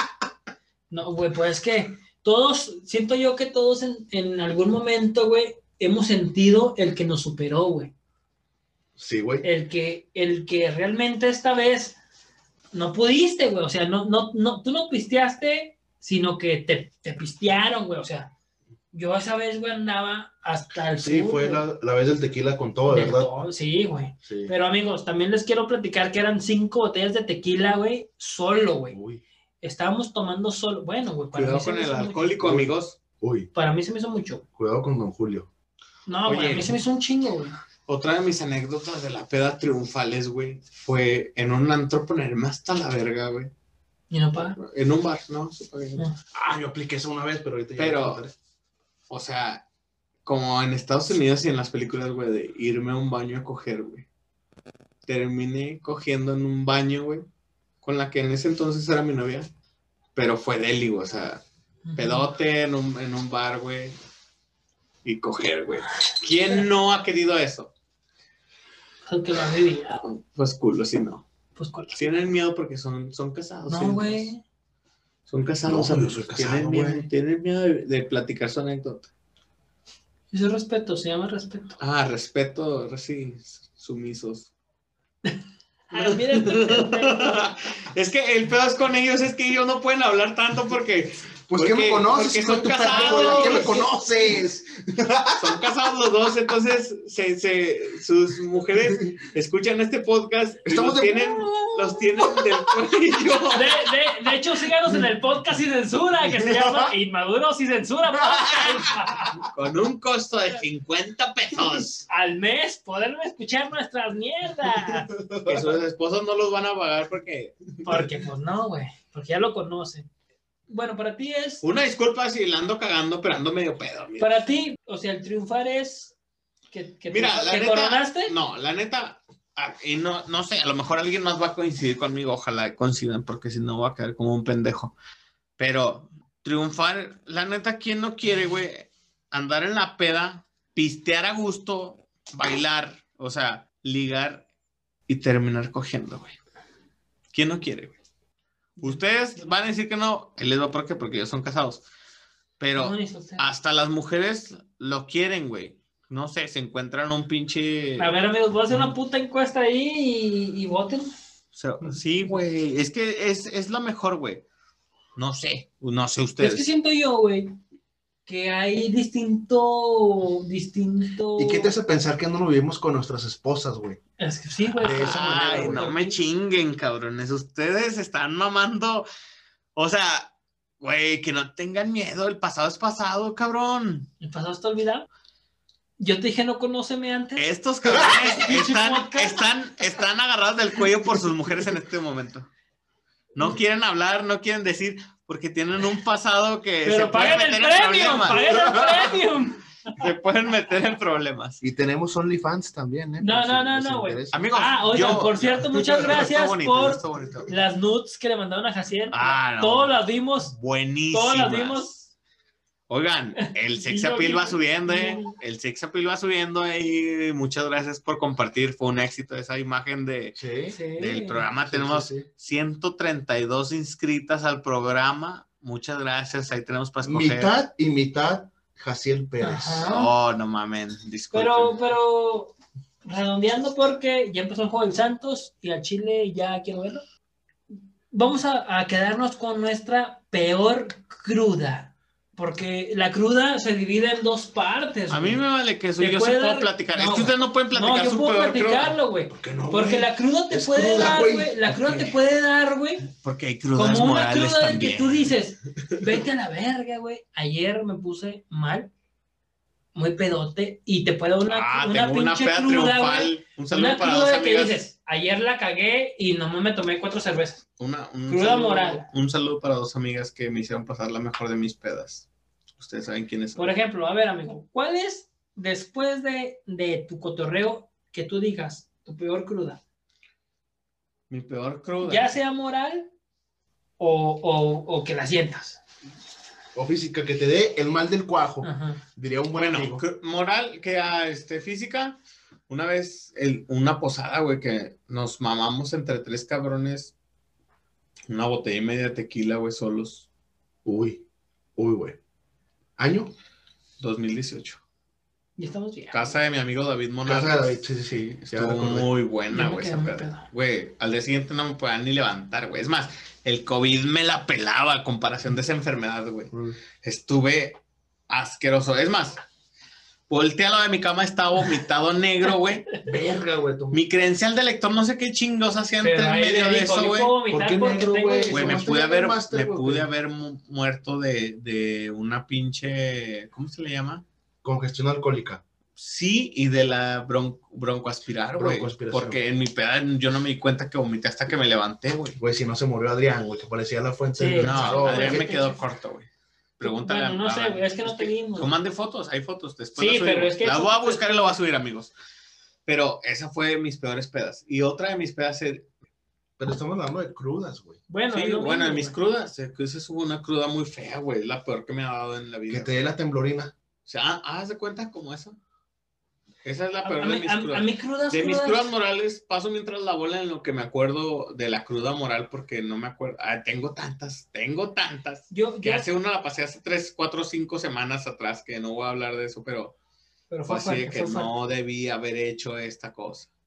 No, güey, pues es que todos, siento yo que todos en, en algún momento, güey, hemos sentido el que nos superó, güey. Sí, güey. El que, el que realmente esta vez no pudiste, güey. O sea, no, no, no, tú no pisteaste, sino que te, te pistearon, güey. O sea, yo esa vez, güey, andaba hasta el Sí, sur, fue güey. la, la vez del tequila con todo, De ¿verdad? todo, sí, güey. Sí. Pero amigos, también les quiero platicar que eran cinco botellas de tequila, güey, solo, güey. Uy, Estábamos tomando solo. Bueno, güey, para Cuidado mí se con me el hizo alcohólico, Uy. amigos. uy, mucho. Para mí se me hizo mucho. cuidado con don Julio. No, güey, Oye. a mí se me hizo un chingo, güey. Otra de mis anécdotas de la peda triunfales, güey, fue en un antro ponerme hasta la verga, güey. ¿Y no paga? En un bar, ¿no? Se paga. No. Ah, yo apliqué eso una vez, pero ahorita ya Pero- lo contaré. O sea, como en Estados Unidos y en las películas, güey, de irme a un baño a coger, güey. Terminé cogiendo en un baño, güey, con la que en ese entonces era mi novia. Pero fue deli, güey, o sea, pedote en un, en un bar, güey. Y coger, güey. ¿Quién no ha querido eso? El que lo ha vivido. Pues culo, si no. Pues cuál. Tienen miedo porque son, son casados. No, ¿sí? güey. Son casados, No, yo amigos. soy casado, Tienen miedo, güey. tienen miedo de, de platicar su anécdota. Eso es respeto, se llama respeto. Ah, respeto, sí, sumisos. Ah, mira este pendejo. Es que el pedo es con ellos, es que ellos no pueden hablar tanto porque... Pues porque, ¿qué me conoces? porque hijo de son tu perra casados. cola? ¿Qué me conoces? Son casados los dos, entonces se, se, sus mujeres escuchan este podcast y Estamos los de- tienen, los tienen del cuello. De, de, de hecho, síganos en el podcast sin censura, que se llama Inmaduros y Censura Podcast. Con un costo de cincuenta pesos. Al mes, poderme escuchar nuestras mierdas. Que sus esposos no los van a pagar porque... Porque, pues no, güey, porque ya lo conocen. Bueno, para ti es... Una disculpa si la ando cagando, pero ando medio pedo. Mira, Para ti, o sea, el triunfar es que, que, Mira, te, la que neta... coronaste. No, la neta... ah, y no, no sé, a lo mejor alguien más va a coincidir conmigo. Ojalá coincidan, porque si no voy a quedar como un pendejo. Pero triunfar, la neta, ¿quién no quiere, güey? Andar en la peda, pistear a gusto, bailar, o sea, ligar y terminar cogiendo, güey. ¿Quién no quiere, güey? Ustedes van a decir que no, él les va por qué, porque ellos son casados. Pero No, ni soltero. hasta las mujeres lo quieren, güey. No sé, se encuentran un pinche... A ver, amigos, voy a hacer una puta encuesta ahí y, y voten. O sea, sí, güey. Es que es, es lo mejor, güey. No sé, no sé Pero ustedes. es que siento yo, güey, que hay distinto, distinto... ¿Y qué te hace pensar que no lo vivimos con nuestras esposas, güey? Es que sí, güey. De esa manera, Ay, güey. no me chinguen, cabrones. Ustedes están mamando. O sea, güey, que no tengan miedo. El pasado es pasado, cabrón. ¿El pasado está olvidado? Yo te dije, no conóceme antes. Estos cabrones Pinche están, podcast. están, están agarrados del cuello por sus mujeres en este momento. No quieren hablar, no quieren decir, porque tienen un pasado que se Pero pueden paguen el meter en premium, problemas. paguen el premium. Se pueden meter en problemas. Y tenemos OnlyFans también, ¿eh? No, Por si no, no, les no, güey. interesa. Amigos, Ah, oigan, yo- por cierto, muchas gracias Está bonito, por está bonito. las nudes que le mandaron a Jaciel. Ah, no. Todas las vimos. Buenísimas. Todas las vimos. Oigan, el sex Y yo appeal vi- va subiendo, ¿eh? no. El sex appeal va subiendo y muchas gracias por compartir. Fue un éxito esa imagen de, Sí. Sí. del programa. Sí, Tenemos sí, sí. ciento treinta y dos inscritas al programa. Muchas gracias. Ahí tenemos para escoger. Mitad y mitad, Jaciel Pérez. Ajá. Oh, no mamen. Disculpen. Pero, pero, redondeando porque ya empezó el juego del Santos y al Chile ya quiero verlo. Vamos a, a quedarnos con nuestra peor cruda. Porque la cruda se divide en dos partes. A mí güey. me vale que eso. ¿Te Yo sí puede puedo dar- platicar. No, es que ustedes no pueden platicar No, yo su puedo peor cruda. platicarlo, güey. ¿Por qué no, Porque güey? la cruda te Es puede cruda, dar, güey. güey. La cruda Ok. te puede dar, güey. Porque hay crudas Como una morales cruda de también. que tú dices, vete a la verga, güey. Ayer me puse mal, muy pedote, y te puede dar una, Ah, una tengo una pinche peda cruda, güey. triunfal. Un saludo Una para cruda dos de que amigas. dices, ayer la cagué y no me tomé cuatro cervezas. Una, un Cruda saludo, moral. Un saludo para dos amigas que me hicieron pasar la mejor de mis pedas. Ustedes saben quiénes son. Por ejemplo, a ver, amigo, ¿cuál es, después de, de tu cotorreo, que tú digas, tu peor cruda? Mi peor cruda. Ya sea moral o, o, o que la sientas. O física, que te dé el mal del cuajo, Ajá. diría un buen Bueno, amigo. cr- moral que a este, física. Una vez, el, una posada, güey, que nos mamamos entre tres cabrones. Una botella y media de tequila, güey, solos. Uy, uy, güey. ¿Año? dos mil dieciocho. Y estamos bien. Casa de mi amigo David Monarcas. Casa de David, sí, sí, sí. Ya Estuvo recordé. muy Yo buena, me güey, quedé esa muy peda. pedo. Güey, al día siguiente no me podía ni levantar, güey. Es más, el COVID me la pelaba a comparación de esa enfermedad, güey. Mm. Estuve asqueroso. Es más, volteé a lo de mi cama, estaba vomitado negro, güey. Verga, güey. tu- Mi credencial de lector, no sé qué chingos hacían Pero en ahí medio le de dijo, eso, yo güey. puedo ¿Por vomitar qué porque negro, tengo güey? eso. Güey, me Nomás pude tenía haber, un máster, me güey, pude que- haber mu- muerto de, de una pinche, ¿cómo se le llama? Congestión alcohólica. Sí, y de la bron broncoaspirar, güey. Broncoaspiración. Porque en mi peda yo no me di cuenta que vomité hasta que me levanté, güey. Güey, si no se murió Adrián, güey, que parecía la fuente Sí, del No, Salvador, Adrián güey. me quedó corto, güey. Pregúntale Bueno, no a- sé, a- güey, es que no te vimos. Tú mande fotos, hay fotos. Después Sí, las subimos. pero es que Las hay voy a fotos buscar y lo voy a subir, amigos. Pero esa fue de mis peores pedas. Y otra de mis pedas, es- Pero estamos hablando de crudas, güey. Bueno, sí, es lo bueno, mismo, en mis güey. crudas, eh, que esa es una cruda muy fea, güey. La peor que me ha dado en la vida. Que te dé la temblorina. O sea, ah, haz de cuenta como esa. Esa es la A, peor a de mí, mis a- crudas. a mí crudas, De mis crudas- crudas morales, paso mientras la bola en lo que me acuerdo de la cruda moral, porque no me acuerdo. Ah, tengo tantas, tengo tantas. Yo, Que yo- hace una la pasé hace tres, cuatro, cinco semanas atrás, que no voy a hablar de eso, pero pero fue fue así de fuerte, que fue fuerte. no debí haber hecho esta cosa.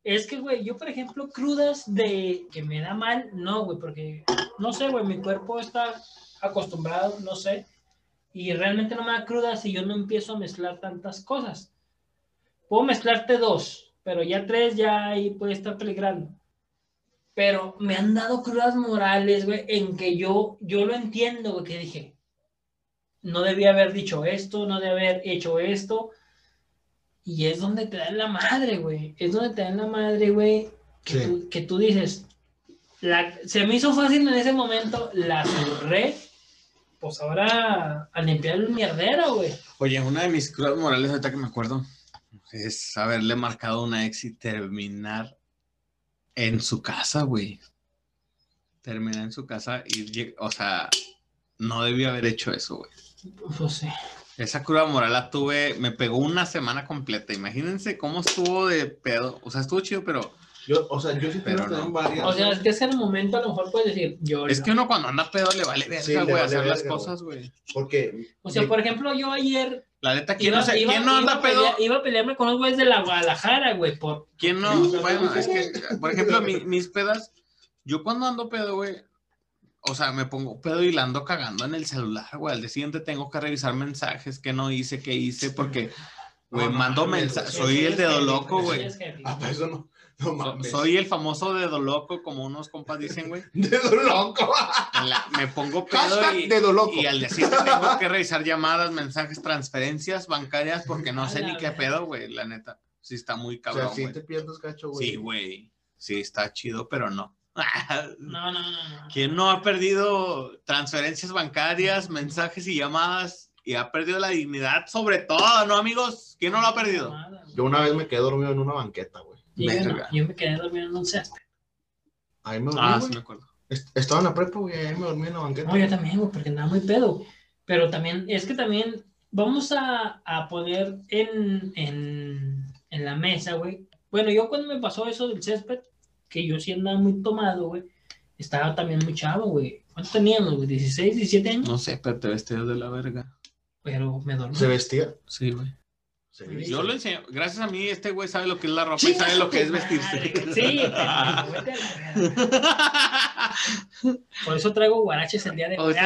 Es que, güey, yo, por ejemplo, crudas de que me da mal, no, güey, porque, no sé, güey, mi cuerpo está acostumbrado, no sé, y realmente no me da crudas si yo no empiezo a mezclar tantas cosas. Puedo mezclarte dos, pero ya tres ya ahí puede estar peligrando. Pero me han dado crudas morales, güey, en que yo, yo lo entiendo, güey, que dije, no debía haber dicho esto, no debía haber hecho esto. Y es donde te dan la madre, güey. Es donde te dan la madre, güey, que, Sí. tú, que tú dices, la, se me hizo fácil en ese momento, la zurré, pues ahora a limpiar el mierdero, güey. Oye, una de mis crudas morales, ahorita que me acuerdo, es haberle marcado a una ex y terminar en su casa, güey. Terminar en su casa y, o sea, no debía haber hecho eso, güey. Pues sí. Esa cruda moral la tuve, me pegó una semana completa. Imagínense cómo estuvo de pedo. O sea, estuvo chido, pero... Yo, o sea, yo sí Pero tengo no. varias. O sea, es que es el momento, a lo mejor puedes decir, yo Es no. que uno cuando anda pedo le vale verga, Sí, le güey, vale hacer las verga, cosas, güey. Porque. O sea, por ejemplo, yo ayer La neta, ¿quién iba, no, se- iba- ¿quién no iba anda a pedo? pelear- iba a pelearme con los güeyes de la Guadalajara, güey, por... ¿Quién no? Bueno, es que, por ejemplo, mi- mis pedas, yo cuando ando pedo, güey, o sea, me pongo pedo y la ando cagando en el celular, güey. Al día siguiente tengo que revisar mensajes que no hice, que hice, porque, güey, No, no mando mames, mensajes. güey. Soy Eso el es dedo heavy, loco, eso güey. es heavy. Ah, pues eso no. No So- mames. soy el famoso dedo loco, como unos compas dicen, güey. Dedo loco. En la- Me pongo pedo Hashtag y, dedo loco. y al día siguiente tengo que revisar llamadas, mensajes, transferencias bancarias, porque no A sé la ni qué verga. pedo, güey, la neta. Sí está muy O cabrón, sea, sí güey. te pierdes, cacho, güey. Sí, güey. Sí, está chido, pero no. No, no, no, no. ¿Quién no ha perdido transferencias bancarias, mensajes y llamadas y ha perdido la dignidad sobre todo, ¿no, amigos? ¿Quién no lo ha perdido? Nada, güey. Yo una vez me quedé dormido en una banqueta, güey. Y yo, no, Verga. yo me quedé dormido en un césped. Ahí me dormí, Ah, güey. sí me acuerdo. Est- Estaba en la prepa, güey. Ahí me dormí en la banqueta. No, yo también, güey, porque andaba muy pedo, güey. Pero también, es que también vamos a, a poner en, en, en la mesa, güey. Bueno, yo cuando me pasó eso del césped, que yo sí andaba muy tomado, güey, estaba también muy chavo, güey. ¿Cuánto teníamos, güey? ¿dieciséis, diecisiete años? No sé, pero te vestías de la verga. Pero me dormí. ¿Se vestía? Sí, güey. Se Sí. vestía. Yo lo enseño. Gracias a mí, este güey sabe lo que es la ropa y Chinga sabe lo que es tu vestirse. madre, güey. Sí, pendejo, vete a la verga. Por eso traigo guaraches el día de hoy.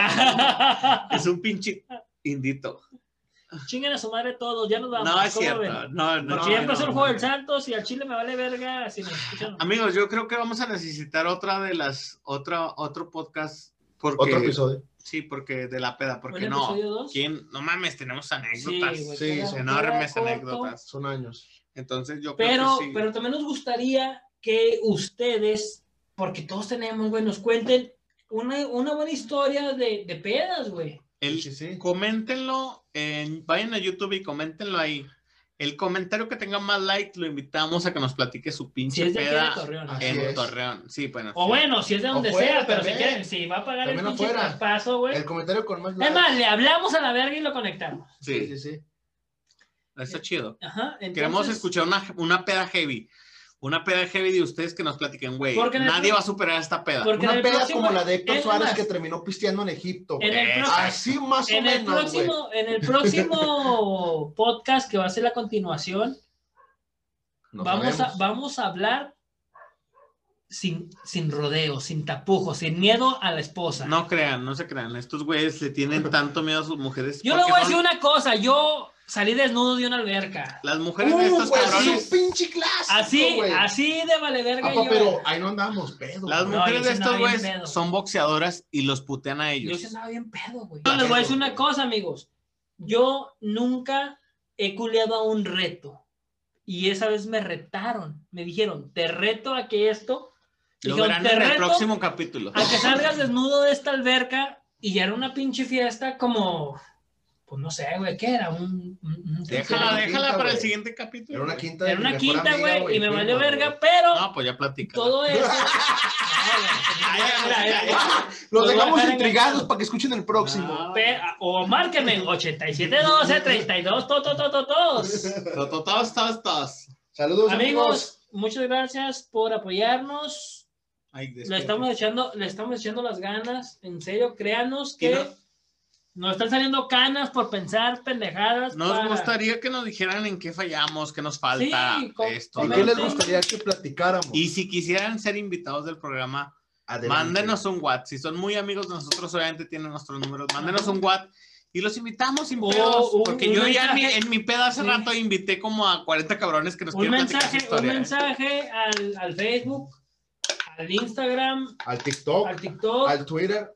Es un pinche indito. Chinguen a su madre todos, ya nos vamos. No, es ¿cómo cierto. ven? No, no, Porque ya no, empezó no, el juego no. del Santos y al Chile me vale verga si nos escuchan. Amigos, yo creo que vamos a necesitar otra de las, otra, otro podcast. Porque, Otro episodio. Sí, porque de la peda, porque ¿Un no. episodio dos? ¿Quién? No mames, tenemos Sí, anécdotas. güey, Sí, queda- sí, enormes queda corto. anécdotas. Son años. Entonces yo Pero, creo que sí. pero también nos gustaría que ustedes, porque todos tenemos, güey, nos cuenten una, una buena historia de, de pedas, güey. El- Sí, sí. Coméntenlo, en, vayan a YouTube y coméntenlo ahí. El comentario que tenga más likes lo invitamos a que nos platique su Si pinche es de aquí de peda Torreón. Así en es. Torreón. Sí, bueno. O sí. bueno, si es de donde O fuera sea, pero si, también. quieren, si va a pagar También el pinche afuera. traspaso, güey. El comentario con más Es likes. más, le hablamos a la verga y lo conectamos. Sí, Sí, sí, sí. está chido. Ajá, entonces, Queremos escuchar una, una peda heavy. Una peda heavy de ustedes que nos platiquen, güey. Porque en el Nadie pro- va a superar esta peda. porque en Una el peda próximo- como la de Héctor es Suárez más, que terminó pisteando en Egipto, En güey. el, Eso. próximo- Así más o en el menos, güey. próximo, en el próximo podcast que va a ser la continuación, No vamos a, sabemos. vamos a hablar sin, sin rodeos, sin tapujos, sin miedo a la esposa. No crean, no se crean. Estos güeyes le tienen tanto miedo a sus mujeres. Yo le porque voy a son- decir una cosa, yo salí desnudo de una alberca. Las mujeres de Uh, estos güey, eso es cabrones. un pinche clásico, Así, güey. así de vale verga Apa, yo. pero ahí no andamos, pedo. Las güey. No, mujeres yo de sí andaba estos bien güeyes pedo. son boxeadoras y los putean a Yo ellos. sí andaba bien pedo, güey. Yo les voy a decir una cosa, amigos. Yo nunca he culeado a un reto. Y esa vez me retaron. Me dijeron, te reto a que esto... Lo Dijeron, verán te en el reto próximo capítulo. a que salgas desnudo de esta alberca. Y ya era una pinche fiesta como... Pues no sé, güey, ¿qué era? Un... un- un- Déjala, Era una déjala quinta, para el güey. siguiente capítulo. Era una güey. quinta de Era mi una mejor quinta, amiga, güey, y me fuimos, valió güey. verga, pero... No, pues ya platica. Todo eso... Ay, ay, ay, ay. Los Lo voy a dejamos dejar intrigados enganchado. para que escuchen el próximo. No. Pe- o márquenme ochenta y siete doce treinta y dos to, to, to, to, tos. Todos, todos, todos, todos. Saludos, amigos. Amigos, muchas gracias por apoyarnos. Ay, Le despierta. estamos echando, le estamos echando las ganas, en serio, créanos que ¿Quién no? Nos están saliendo canas por pensar pendejadas. Nos para... gustaría que nos dijeran en qué fallamos, qué nos falta Sí, com- esto. ¿Y ¿no? qué les gustaría que platicáramos? Y si quisieran ser invitados del programa, Adelante. mándenos un WhatsApp. Si son muy amigos de nosotros, obviamente tienen nuestros números. Mándenos un WhatsApp y los invitamos sin O pedos. un- Porque un yo ya en mi, mensaje. en mi pedo hace Sí. rato invité como a cuarenta cabrones que nos Un quieren platicar su mensaje, un historia. ¿eh? mensaje al, al Facebook, al Instagram, Al TikTok, al TikTok. al Twitter.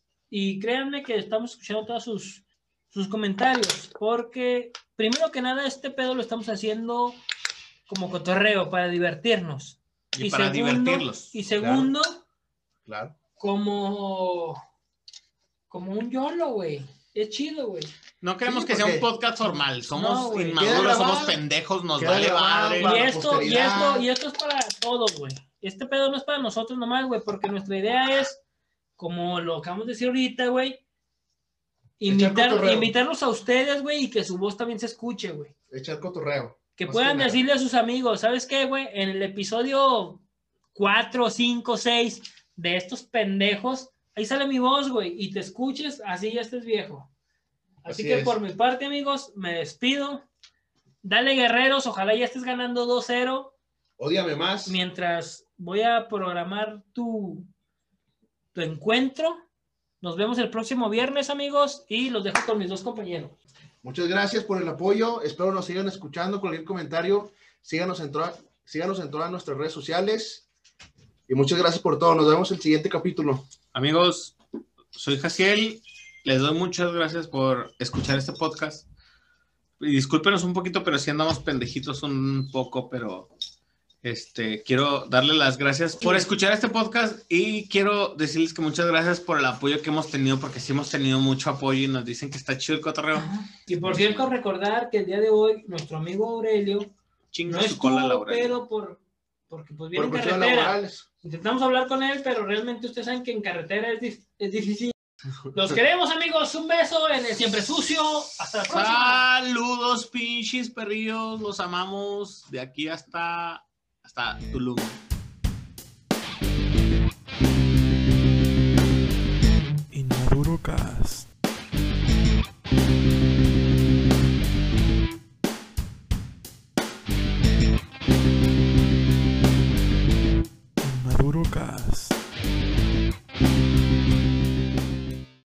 Y créanme que estamos escuchando todos sus, sus comentarios. Porque, primero que nada, este pedo lo estamos haciendo como cotorreo, para divertirnos. Y para divertirlos. Y segundo, Claro. como, como un YOLO, güey. Es chido, güey. No queremos Sí, que sea un porque- podcast formal. No, Somos güey. Queda inmaduros, grabado. somos pendejos, nos Queda vale grabado, madre. para Y la esto, y posteridad. esto, y esto es para todos, güey. Este pedo no es para nosotros nomás, güey, porque nuestra idea es, como lo acabamos de decir ahorita, güey, invitar, cotorreo. invitarlos a ustedes, güey, y que su voz también se escuche, güey. Echar cotorreo. Que Más puedan que nada. decirle a sus amigos, ¿sabes qué, güey? En el episodio cuatro, cinco, seis de estos pendejos, ahí sale mi voz, güey, y te escuches, así ya estés viejo. Así, Así que es. por mi parte, amigos, me despido. Dale, guerreros, ojalá ya estés ganando dos cero. Ódiame más. Mientras voy a programar tu, tu encuentro. Nos vemos el próximo viernes, amigos, y los dejo con mis dos compañeros. Muchas gracias por el apoyo. Espero nos sigan escuchando. Cualquier comentario, síganos en, toda- síganos en todas nuestras redes sociales. Y muchas gracias por todo. Nos vemos en el siguiente capítulo. Amigos, soy Jaciel. Les doy muchas gracias por escuchar este podcast. Y discúlpenos un poquito, pero sí andamos pendejitos un poco, pero este, quiero darle las gracias por escuchar este podcast y quiero decirles que muchas gracias por el apoyo que hemos tenido, porque sí hemos tenido mucho apoyo y nos dicen que está chido el cotorreo. Y por cierto, recordar que el día de hoy, nuestro amigo Aurelio Chinga no su cola, estuvo, Laura. pero por, porque pues viene Por en cuestiones carretera. laborales. Intentamos hablar con él, pero realmente ustedes saben que en carretera es, dif- es difícil. Los queremos, amigos. Un beso en el Siempre Sucio. Hasta la próxima. Saludos, pinches perrillos. Los amamos de aquí hasta, hasta Tulum.